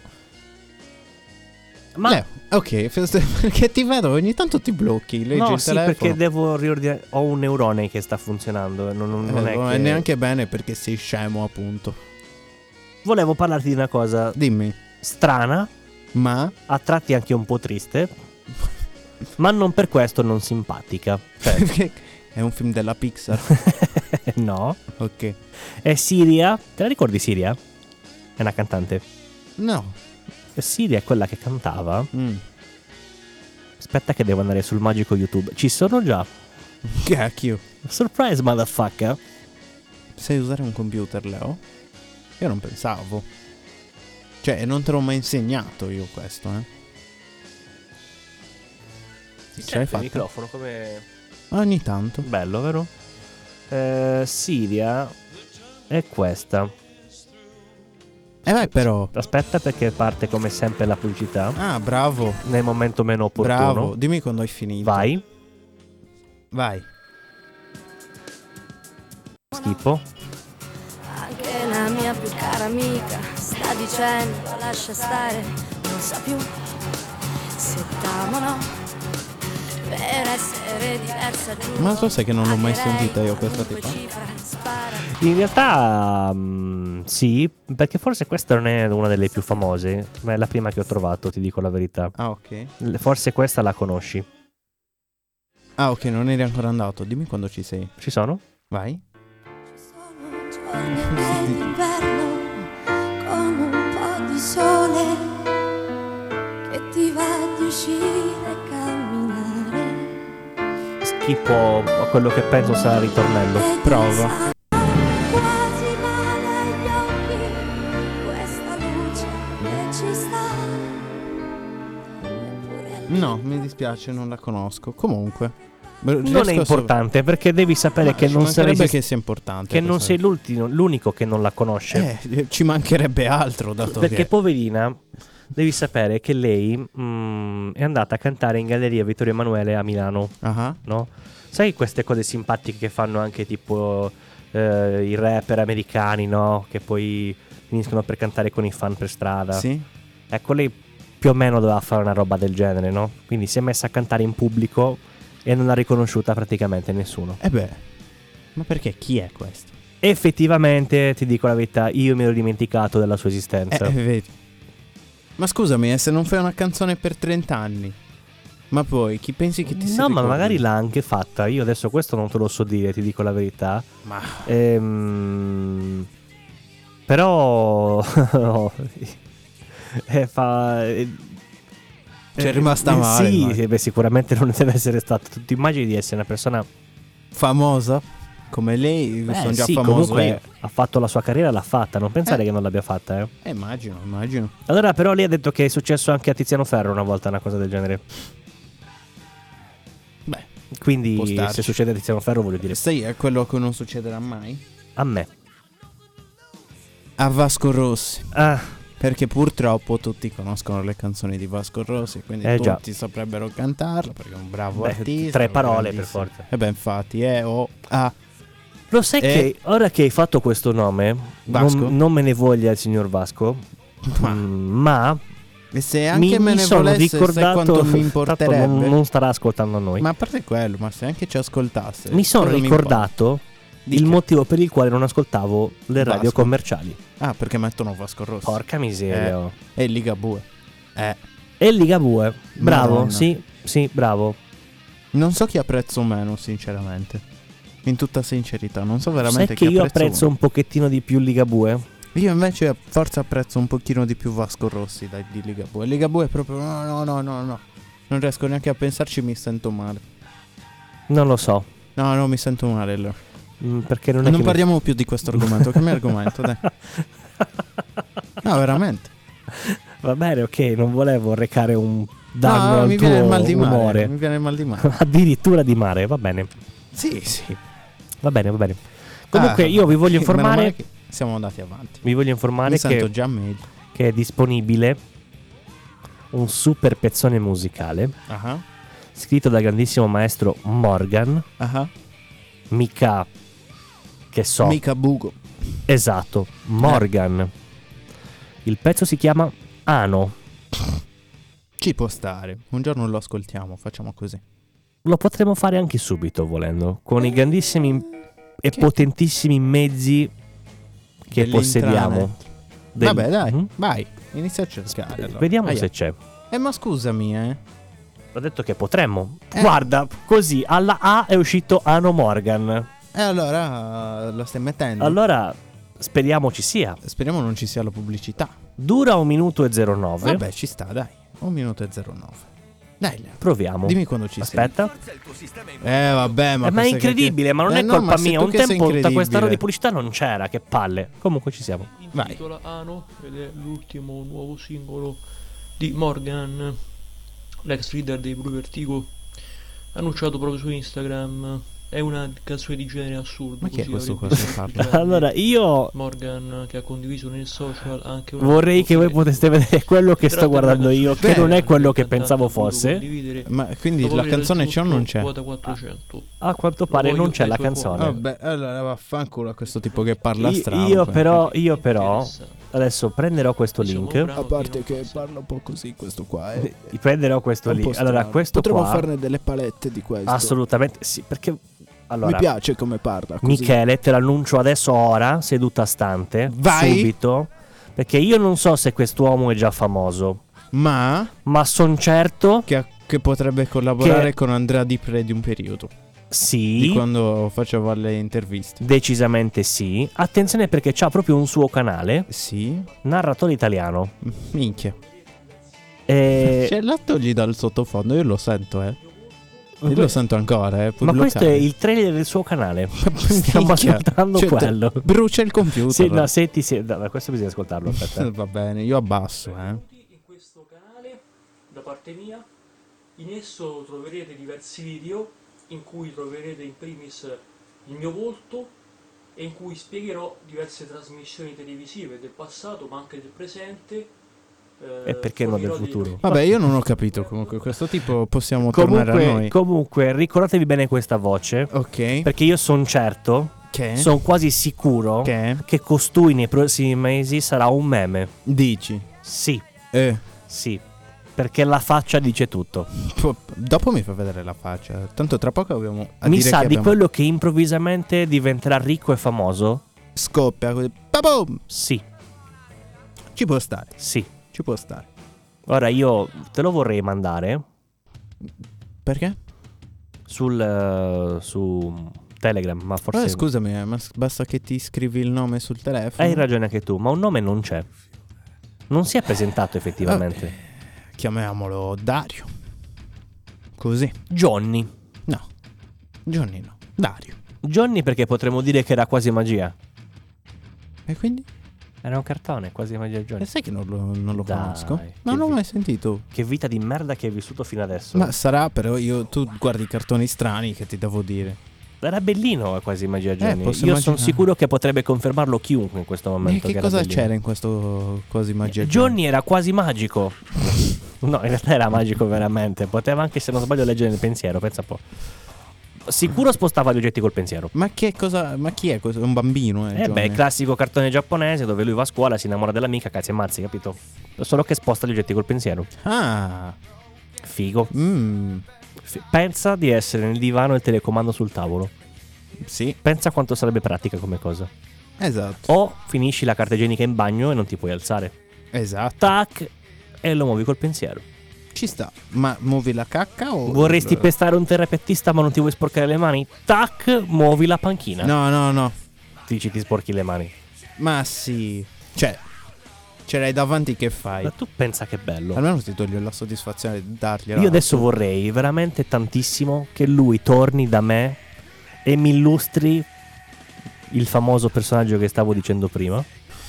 Ma Leo, ok, perché ti vedo, ogni tanto ti blocchi, leggi no, il sì, telefono. perché devo riordinare. Ho un neurone che sta funzionando. Non è che... neanche bene perché sei scemo, appunto. Volevo parlarti di una cosa Dimmi, strana, ma... a tratti anche un po' triste, ma non per questo non simpatica. Cioè, È un film della Pixar. no, Ok. è Siria. Te la ricordi Siria? È una cantante. No. Siria è quella che cantava. Mm. Aspetta che devo andare sul magico YouTube. Ci sono già. Cacchio. Surprise, motherfucker. Sai usare un computer, Leo? Io non pensavo. Cioè, non te l'ho mai insegnato io questo, Ce l'hai il fatto? microfono come... Ogni tanto. Bello, vero? Siria è questa. Vai però. Aspetta perché parte come sempre la pubblicità. Ah, bravo. Nel momento meno opportuno. Bravo. Dimmi quando hai finito. Vai. Vai. Schifo. Anche la mia più cara amica sta dicendo lascia stare, non sa più se t'amo o no, per essere diversa giuro. Ma tu sai che non l'ho mai pagherei sentita io questa qualunque tipa? cifra, spara. In realtà sì, perché forse questa non è una delle più famose, ma è la prima che ho trovato, ti dico la verità. Ah, ok. Forse questa la conosci. Ah, ok, non eri ancora andato. Dimmi quando ci sei. Ci sono? Vai. Sono giorni d'inverno con un po' di sole che ti va di uscire e camminare. Schifo a quello che penso sarà il ritornello. E Prova. ti sa quasi male agli occhi questa luce che ci sta. Eppure al No, mi dispiace, non la conosco. Comunque. Non è importante perché devi sapere che non sarebbe sarebbe che sia importante. che non questa- sei l'unico che non la conosce. Ci mancherebbe altro, dato Perché che... poverina, devi sapere che lei è andata a cantare in Galleria Vittorio Emanuele a Milano, Ah, no? Sai queste cose simpatiche che fanno anche tipo i rapper americani, no? Che poi finiscono per cantare con i fan per strada. sì? Ecco, lei più o meno doveva fare una roba del genere, no? Quindi si è messa a cantare in pubblico e non l'ha riconosciuta praticamente nessuno. Beh, ma perché? Chi è questo? Effettivamente, ti dico la verità, io mi ero dimenticato della sua esistenza. Vedi. Ma scusami, se non fai una canzone per 30 anni, Ma poi chi pensi che ti sia No, ma magari l'ha anche fatta. Io adesso questo non te lo so dire, ti dico la verità. Ma Però c'è rimasta male. Sì, immagino. beh, sicuramente non deve essere stato. Tu ti immagini di essere una persona Famosa come lei, sono già sì, famoso comunque io. ha fatto la sua carriera, l'ha fatta. Non pensare che non l'abbia fatta, eh. Immagino. Allora, però, lei ha detto che è successo anche a Tiziano Ferro una volta una cosa del genere. Beh, Quindi, può starci. se succede a Tiziano Ferro, voglio dire, sai, è quello che non succederà mai. a me. A Vasco Rossi. Ah, Perché purtroppo tutti conoscono le canzoni di Vasco Rossi, quindi già. tutti saprebbero cantarla perché è un bravo beh, artista. 3 un parole per grandissimo- forza. E beh, infatti, Lo sai che ora che hai fatto questo nome, Vasco? non me ne voglia il signor Vasco, ma E se anche mi me ne sono volesse, sai ricordato, quanto mi tanto importerebbe? non starà ascoltando noi. Ma a parte quello, ma se anche ci ascoltasse, Mi sono cosa ricordato il Dica. motivo per il quale non ascoltavo le radio Vasco. commerciali. Ah, perché mettono Vasco Rossi. Porca miseria. oh. E Ligabue. E Ligabue, bravo, Madonna. sì, bravo. Non so chi apprezzo meno, sinceramente. In tutta sincerità, non so veramente Sai chi che io apprezzo apprezzo un pochettino di più Ligabue? Io invece forse apprezzo un pochino di più Vasco Rossi di Ligabue. Ligabue è proprio no. Non riesco neanche a pensarci, mi sento male. Non lo so. No, mi sento male allora. Perché non è Non che parliamo più di questo argomento. Cambia argomento, dai. No, veramente. Va bene, ok, non volevo recare un danno No, al mi tuo viene il mal di mare. umore. Mi viene il mal di mare. Addirittura di mare, va bene. Sì. Va bene. Comunque io vi voglio meno male informare che siamo andati avanti. vi voglio informare Mi sento che, già meglio. che è disponibile un super pezzone musicale Ah. scritto dal grandissimo maestro Morgan, mica che so. Mica buco. Esatto, Morgan. Il pezzo si chiama Ano. Ci può stare. Un giorno lo ascoltiamo, facciamo così. Lo potremo fare anche subito volendo, con i grandissimi e potentissimi mezzi che Dell'intranet. possediamo. Vabbè, dai, Mhm. vai. Inizia a cercare. allora. Vediamo Aia. se c'è. Ma scusami, Ho detto che potremmo. Guarda, così alla A è uscito Ano Morgan. E allora lo stai mettendo? Allora, speriamo ci sia. Speriamo non ci sia la pubblicità. Dura 1 minuto e 09. Vabbè, ci sta, dai. 1 minuto e 09. Dai, Leo. Proviamo. Dimmi quando ci Aspetta. vabbè, Ma è questa incredibile, ma non è no, colpa ma sei mia. tu Un che sei tempo tutta questa roba di incredibile. pubblicità non c'era, che palle. Comunque ci siamo. Vai. Intitola Ano ed è l'ultimo nuovo singolo di Morgan, l'ex leader dei Blue Vertigo, annunciato proprio su Instagram. È una canzone di genere assurdo. Ma chi è così questo avrebbe qua che detto parla? Charlie Allora, io Morgan, che ha condiviso nel social anche un vorrei che voi poteste vedere quello che sto guardando io, che non è quello che Cantante pensavo ha voluto fosse. condividere. Ma quindi Dopo la aver canzone c'è o non raggiunto c'è? quota 400. A quanto pare Lo non voglio c'è ai la tuoi canzone. Vabbè, allora vaffanculo a questo tipo che parla strano. Io però Interessante. adesso prenderò questo Insomma, link. un brano A parte di che non fa parla un po' così questo qua, Prenderò questo un po' link. Allora, strano. questo Potremmo qua farne delle palette di questo. assolutamente sì, perché allora Mi piace come parla. Così. Michele, te l'annuncio adesso ora, seduta stante, Vai. subito, perché io non so se quest'uomo è già famoso, Ma ma son certo che potrebbe collaborare Che- con Andrea Di Pre di un periodo. Di sì, quando faceva le interviste. decisamente sì. Attenzione perché c'ha proprio un suo canale, Sì. narratore italiano. Minchia. E- C'è l'atto gli dà il sottofondo, io lo sento, Io lo sento ancora, Ma questo è il trailer del suo canale. Stiamo Minchia. ascoltando Cioè, quello. Brucia il computer. Sì, no, senti, sì, no, questo bisogna ascoltarlo. Aspetta. Va bene, io abbasso, In questo canale, da parte mia, in esso troverete diversi video in cui troverete in primis il mio volto e in cui spiegherò diverse trasmissioni televisive del passato ma anche del presente. E perché non del fornirò dei- futuro? Vabbè, io non ho capito comunque questo tipo, possiamo tornare a noi. Comunque, ricordatevi bene questa voce. Ok. Perché io sono certo, Che? sono quasi sicuro Che? che costui nei prossimi mesi sarà un meme. Dici? Sì, Eh. sì. Perché la faccia dice tutto. Dopo mi fa vedere la faccia. Tanto tra poco abbiamo a Mi dire sa che di abbiamo- quello che improvvisamente diventerà ricco e famoso? Scoppia così. Babom! Sì, Ci può stare. sì. Ci può stare. Ora io te lo vorrei mandare. Perché? Su Telegram, ma forse... Scusami, ma basta che ti scrivi il nome sul telefono. Hai ragione anche tu, ma un nome non c'è. Non si è presentato effettivamente. Chiamiamolo Dario. Così. Johnny. No. Johnny no. Dario. Johnny perché potremmo dire che era quasi magia. E quindi? Era un cartone, quasi magia Johnny. E sai che non lo Dai, conosco? che Non l'ho vi- mai sentito. Che vita di merda che hai vissuto fino adesso. Ma sarà però tu guardi i cartoni strani, che ti devo dire. Era bellino quasi magia Johnny. posso Io sono immaginare. sicuro che potrebbe confermarlo chiunque in questo E momento. che era cosa bellino. c'era in questo quasi magia Johnny era quasi magico. No, in realtà era magico veramente. Poteva anche, se non sbaglio, leggere nel pensiero. Pensa un po'. Sicuro spostava gli oggetti col pensiero. Ma che cosa? Ma chi è questo? È un bambino, Johnny? Classico cartone giapponese dove lui va a scuola, si innamora dell'amica, cazzi e mazzi, capito? Solo che sposta gli oggetti col pensiero. Ah. Figo. Mm. Pensa di essere nel divano e il telecomando sul tavolo. Sì, Pensa quanto sarebbe pratica come cosa. esatto. O finisci la carta igienica in bagno e non ti puoi alzare. Esatto. Tac, e lo muovi col pensiero. Ci sta. Ma muovi la cacca o Vorresti pestare un terapeutista ma non ti vuoi sporcare le mani? Tac, muovi la panchina. No. Dici ti sporchi le mani. Ma sì. Cioè, ce l'hai davanti, che fai? Ma tu pensa che bello. Almeno ti togli la soddisfazione di dargliela. Io adesso vorrei veramente tantissimo che lui torni da me e mi illustri il famoso personaggio che stavo dicendo prima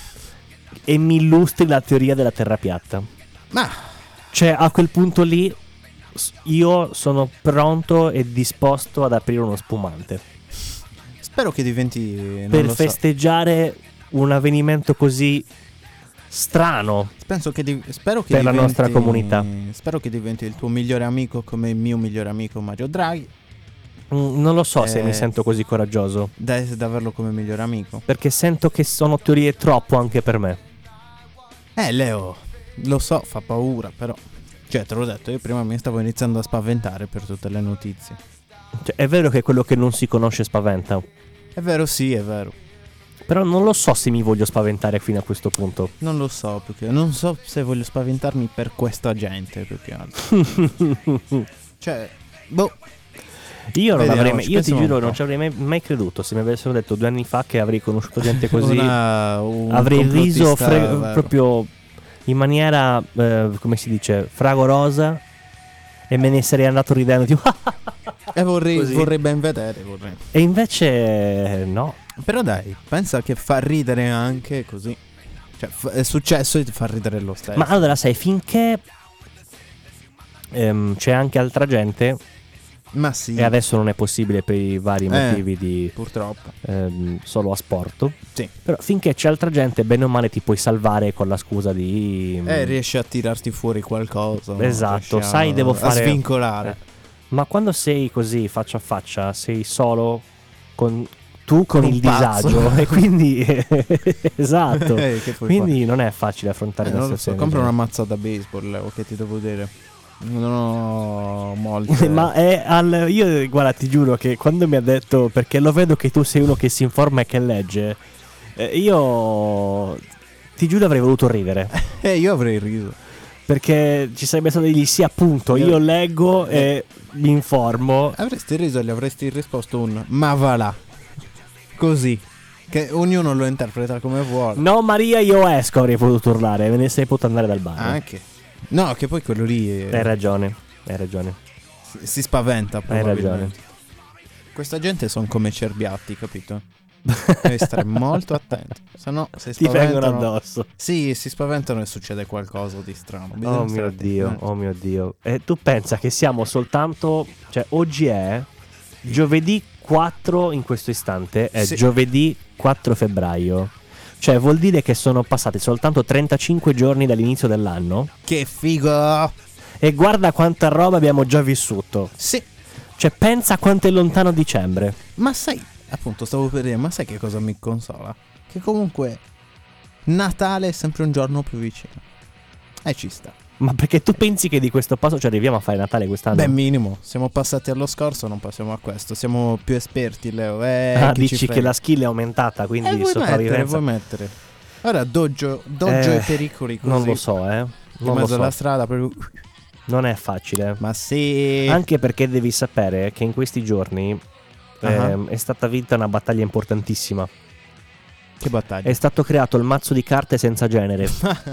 e mi illustri la teoria della terra piatta. Ma Cioè, a quel punto lì io sono pronto e disposto ad aprire uno spumante spero che diventi per non lo so. festeggiare un avvenimento così strano. Spero che per la diventi- nostra comunità. Spero che diventi il tuo migliore amico come il mio migliore amico Mario Draghi. Non lo so se Eh. mi sento così coraggioso, Da averlo come migliore amico. perché sento che sono teorie troppo anche per me. Leo, lo so, fa paura, però. Cioè, te l'ho detto, io prima mi stavo iniziando a spaventare per tutte le notizie. Cioè, è vero che quello che non si conosce spaventa, È vero, sì, è vero. però non lo so se mi voglio spaventare fino a questo punto. Non lo so, perché non so se voglio spaventarmi per questa gente, più che altro. Cioè, boh. Io non Vediamo, avrei mai, ci io ti pensiamo giuro, un non po'. ci avrei mai creduto. Se mi avessero detto 2 anni fa che avrei conosciuto gente così, Un avrei riso complottista, vero. proprio in maniera, come si dice, fragorosa, e me ne sarei andato ridendo tipo, E vorrei Così. ben vedere, vorrei. e invece no. Però dai, pensa che fa ridere anche così. Cioè, è successo e ti fa ridere lo stesso. Ma allora sai, finché c'è anche altra gente, Ma sì, e adesso non è possibile per i vari motivi di purtroppo. solo a sport. Sì. Però finché c'è altra gente, bene o male ti puoi salvare con la scusa di Riesci a tirarti fuori qualcosa. no? Esatto, Riesci sai, devo fare- a svincolare. Ma quando sei così faccia a faccia, sei solo con tu con un il pazzo. disagio e quindi esatto. Che puoi Quindi non è facile affrontare fare? la Non lo so, situazione. compra una mazza da baseball, Leo, che ti devo dire. Non ho molte. Ma è io guarda, ti giuro che quando mi ha detto, perché lo vedo che tu sei uno che si informa e che legge, io ti giuro avrei voluto ridere. Io avrei riso. Perché ci sarebbe stato degli sì, appunto, io leggo e mi informo. Avresti riso e gli avresti risposto un ma va là. Così. Che ognuno lo interpreta come vuole. No Maria, io esco, avrei potuto urlare, me ne sei potuto andare dal bar. Anche. No, che poi quello lì Hai ragione, hai ragione. si spaventa Hai probabilmente. ragione. Questa gente sono come cerbiatti, capito? Devi stare molto attento. Se no, si Ti vengono spaventano. addosso. Sì, si spaventano e succede qualcosa di strano. Bisogna Oh stare mio attenti. Dio, oh mio Dio. E tu pensa che siamo soltanto, cioè oggi è giovedì 4 in questo istante, è Sì. giovedì 4 febbraio. Cioè vuol dire che sono passati soltanto 35 giorni dall'inizio dell'anno Che figo! e guarda quanta roba abbiamo già vissuto. Sì, Cioè pensa quanto è lontano dicembre. ma sai, appunto, stavo per dire, ma sai che cosa mi consola? Che comunque Natale è sempre un giorno più vicino. E ci sta. Ma perché tu pensi che di questo passo ci arriviamo a fare Natale quest'anno? Beh, minimo, siamo passati allo scorso, non passiamo a questo. Siamo più esperti, Leo. Ah, chi ci dici frega. che la skill è aumentata, quindi vuoi sopravvivenza. mettere. Ora doggio e pericoli così. Non lo so, In non lo mezzo so. alla strada proprio. Non è facile. Ma sì. Anche perché devi sapere che in questi giorni è stata vinta una battaglia importantissima. Che battaglia? È stato creato il mazzo di carte senza genere.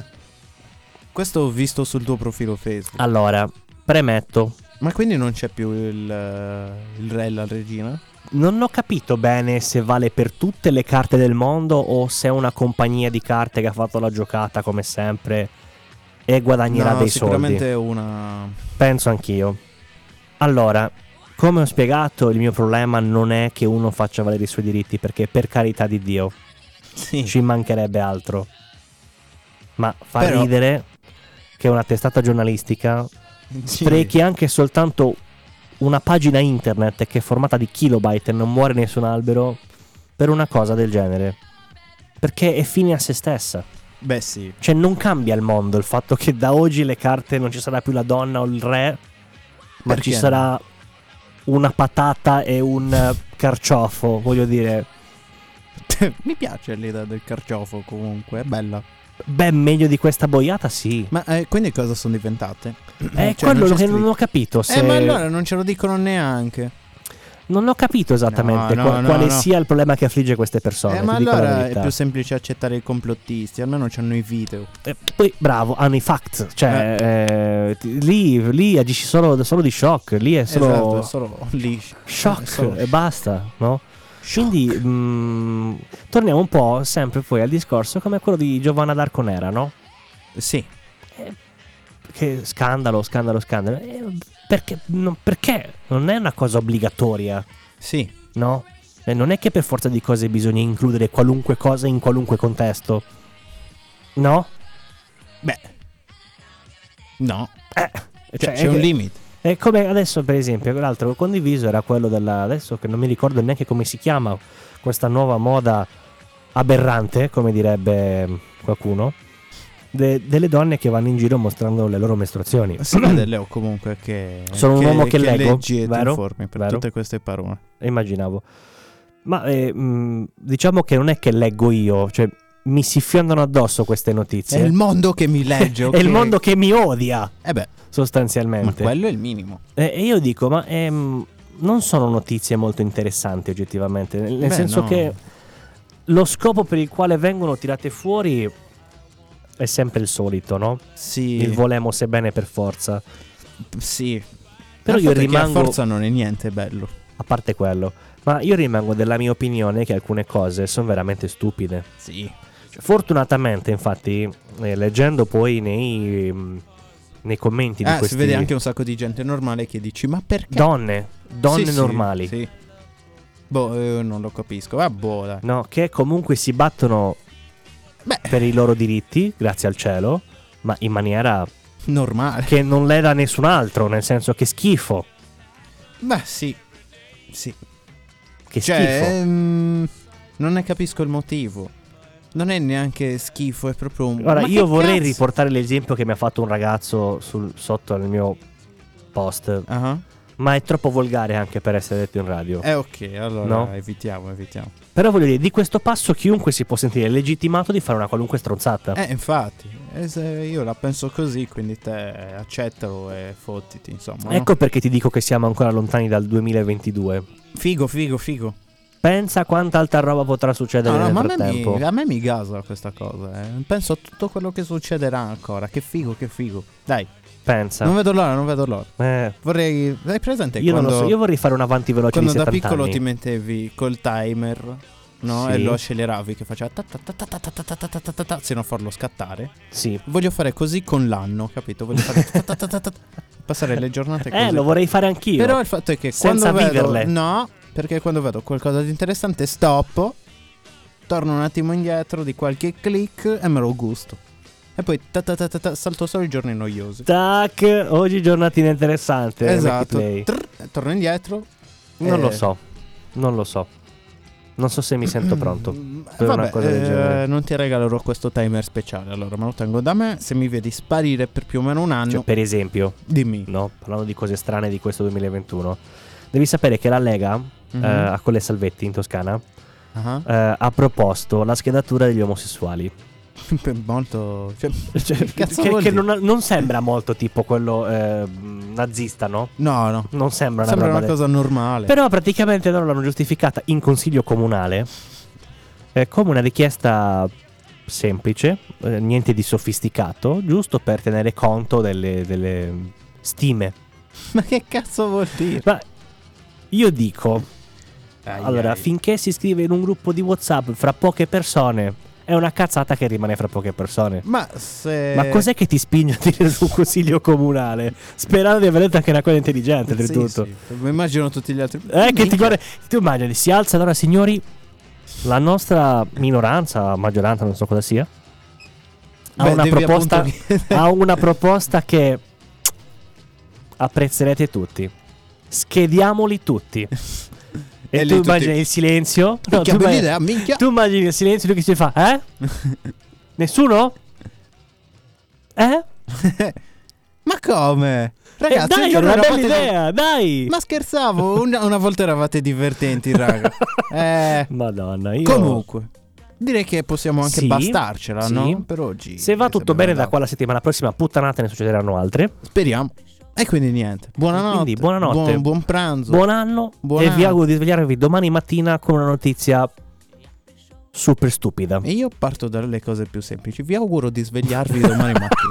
Questo ho visto sul tuo profilo Facebook. Allora, premetto, Ma quindi non c'è più il re e la regina? non ho capito bene se vale per tutte le carte del mondo o se è una compagnia di carte che ha fatto la giocata come sempre e guadagnerà No, dei soldi. sicuramente è una... Penso anch'io. Allora, come ho spiegato, il mio problema non è che uno faccia valere i suoi diritti, perché per carità di Dio Sì. ci mancherebbe altro. Ma fa Però- ridere che una testata giornalistica Sì. sprechi anche soltanto una pagina internet che è formata di kilobyte e non muore nessun albero per una cosa del genere. Perché è fine a se stessa. Beh sì. Cioè non cambia il mondo il fatto che da oggi le carte non ci sarà più la donna o il re, ma Perché ci no? sarà una patata e un carciofo, voglio dire. Mi piace l'idea del carciofo comunque, è bella. Beh, meglio di questa boiata, sì. Ma quindi cosa sono diventate? È Cioè, quello non c'è che non scritto. ho capito. Se... Ma allora non ce lo dicono neanche. Non ho capito esattamente No, quale no. sia il problema che affligge queste persone. Ma ti dico la allora è verità. più semplice accettare i complottisti, almeno c'hanno i video. Poi bravo, hanno i fact. Cioè, lì agisci solo di shock. Lì è solo Esatto, è solo lì. shock È solo e basta, no? Quindi torniamo un po' sempre poi al discorso come quello di Giovanna d'Arconera, no? Sì. Che scandalo. Perché non è una cosa obbligatoria, Sì. no? E non è che per forza di cose bisogna includere qualunque cosa in qualunque contesto, no? Beh. No. Cioè, C'è un limite. è come adesso, per esempio, l'altro che ho condiviso era quello della, adesso che non mi ricordo neanche come si chiama, questa nuova moda aberrante, come direbbe qualcuno, delle donne che vanno in giro mostrando le loro mestruazioni. Si vede Leo comunque che Sono un uomo che leggo, leggi e ti vero? informi per Vero? tutte queste parole. Immaginavo. Ma diciamo che non è che leggo io, cioè mi si fiondano addosso queste È notizie. il mondo che mi legge, ok? È il mondo che mi odia, beh, ma sostanzialmente. quello è il minimo. E io dico, ma non sono notizie molto interessanti oggettivamente, nel Beh, senso no. che lo scopo per il quale vengono tirate fuori è sempre il solito, no? Sì. Il volemo sebbene per forza. Sì. Però Il io fatto è che rimango, a forza non è niente bello. a parte quello, ma io rimango della mia opinione che alcune cose sono veramente stupide. Sì. Fortunatamente, infatti, leggendo poi nei commenti di Si questi vede anche un sacco di gente normale che dici ma perché? donne Sì, sì, normali, Sì. Boh, io non lo capisco. Ah, boh, dai. no, che comunque si battono per i loro diritti, grazie al cielo, ma in maniera Normale. che non le dà nessun altro, nel senso che schifo, Beh, sì. Sì. che Cioè, schifo. non ne capisco il motivo. Non è neanche schifo, è proprio un... Ora, Ma io che vorrei cazzo? riportare l'esempio che mi ha fatto un ragazzo sotto al mio post, Ah. ma è troppo volgare anche per essere detto in radio. Ok, allora No? evitiamo. Però voglio dire, di questo passo chiunque si può sentire legittimato di fare una qualunque stronzata. Infatti, se io la penso così, quindi te accettalo e fottiti, insomma. no? Ecco perché ti dico che siamo ancora lontani dal 2022. Figo. Pensa quanta altra roba potrà succedere nel Ma frattempo. a me mi gasa questa cosa. Penso a tutto quello che succederà ancora. Che figo. Dai, Pensa. non vedo l'ora. Eh, Vorrei... Hai presente io quando... non lo so, io vorrei fare un avanti veloce di Quando da 70 piccolo anni. ti mettevi col timer, no? Sì. E lo acceleravi che faceva sino a farlo scattare. Sì. Voglio fare così con l'anno, capito? Voglio fare passare le giornate così. Lo vorrei fare anch'io. Però il fatto è che Senza quando vedo... viverle. No, perché quando vedo qualcosa di interessante stoppo, torno un attimo indietro di qualche click e me lo gusto. E poi salto solo i giorni noiosi. Tac, oggi giornatina interessante. Esatto. Play. Torno indietro. Non lo so. Non so se mi sento pronto per una cosa del genere. Non ti regalerò questo timer speciale. Allora me lo tengo da me. Se mi vedi sparire per più o meno un anno, Cioè, per esempio, dimmi. no, parlando di cose strane di questo 2021, devi sapere che la Lega a Colle Salvetti in Toscana Ah. ha proposto la schedatura degli omosessuali. Molto... Cioè, Cioè, cazzo che vuol dire? non sembra molto tipo quello nazista, no? No. Non sembra Sembra roba una cosa normale. Però praticamente loro l'hanno giustificata in consiglio comunale come una richiesta semplice, niente di sofisticato, giusto per tenere conto delle stime. Ma che cazzo vuol dire? Ma io dico, allora, finché si scrive in un gruppo di WhatsApp fra poche persone, è una cazzata che rimane fra poche persone. Ma cos'è che ti spinge a dire su un consiglio comunale? Sperando di aver detto anche una cosa intelligente, del tutto. Sì. Mi immagino tutti gli altri. Che ti guarda, tu immagini, si alza allora, signori, la nostra minoranza, maggioranza, non so cosa sia, ha una proposta che apprezzerete tutti. Schediamoli tutti. E tu immagini il silenzio. No, tu immagini il silenzio, lui che si fa, Nessuno? Ma come? Ragazzi, dai, è una bella idea, dai. Ma scherzavo, una volta eravate divertenti, raga. Madonna, io... Comunque, direi che possiamo anche bastarcela, no? Per oggi. Se va tutto bene da qua la settimana prossima, puttanate ne succederanno altre. Speriamo. E quindi niente. Buonanotte. Quindi buonanotte. Buon pranzo. Buon anno. E vi auguro di svegliarvi domani mattina con una notizia super stupida. E io parto dalle cose più semplici. Vi auguro di svegliarvi domani mattina.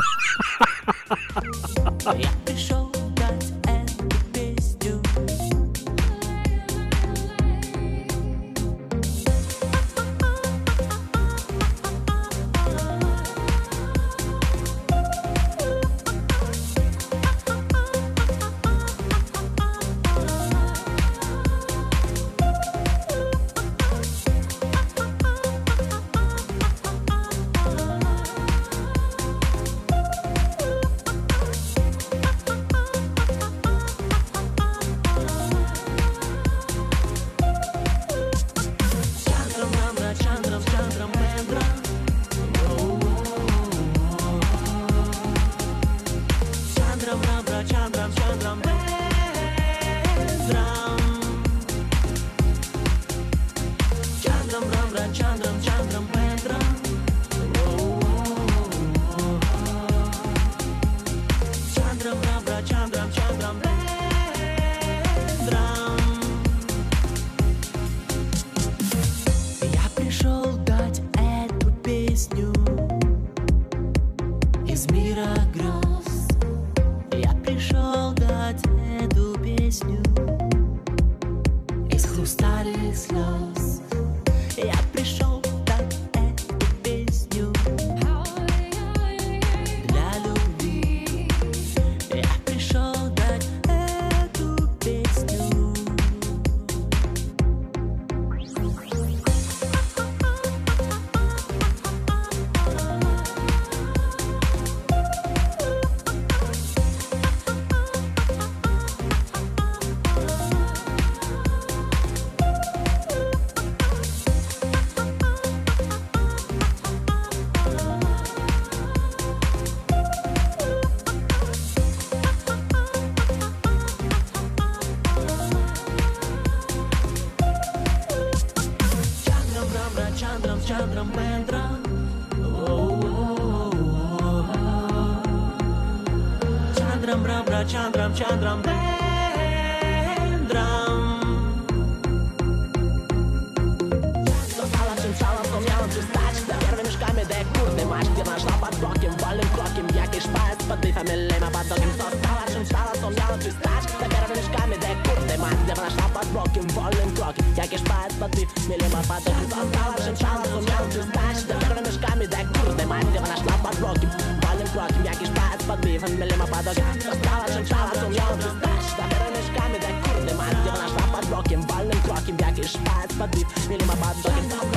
Chandram Pendram. Достала шиншалом, сумела пристать за первыми шками, да и куртный матч, где нашла под блоком, вольным кроком, який шпает под дыхами, лейма под догом. Достала шиншалом, сумела пристать за первыми шками, да и куртный матч, где нашла под блоком, вольным кроком, який шпает под дыхами, лейма под догом. Достала шиншалом, сумела пристать за первыми шками, да и куртный матч, где нашла под блоком, вольным кроком, який шпает под дыхами, лейма под догом. Достала шиншалом, сумела пристать за первыми шками, да и куртный матч, где нашла под блоком, вольным кроком, який шпает под дыхами, лейма под догом.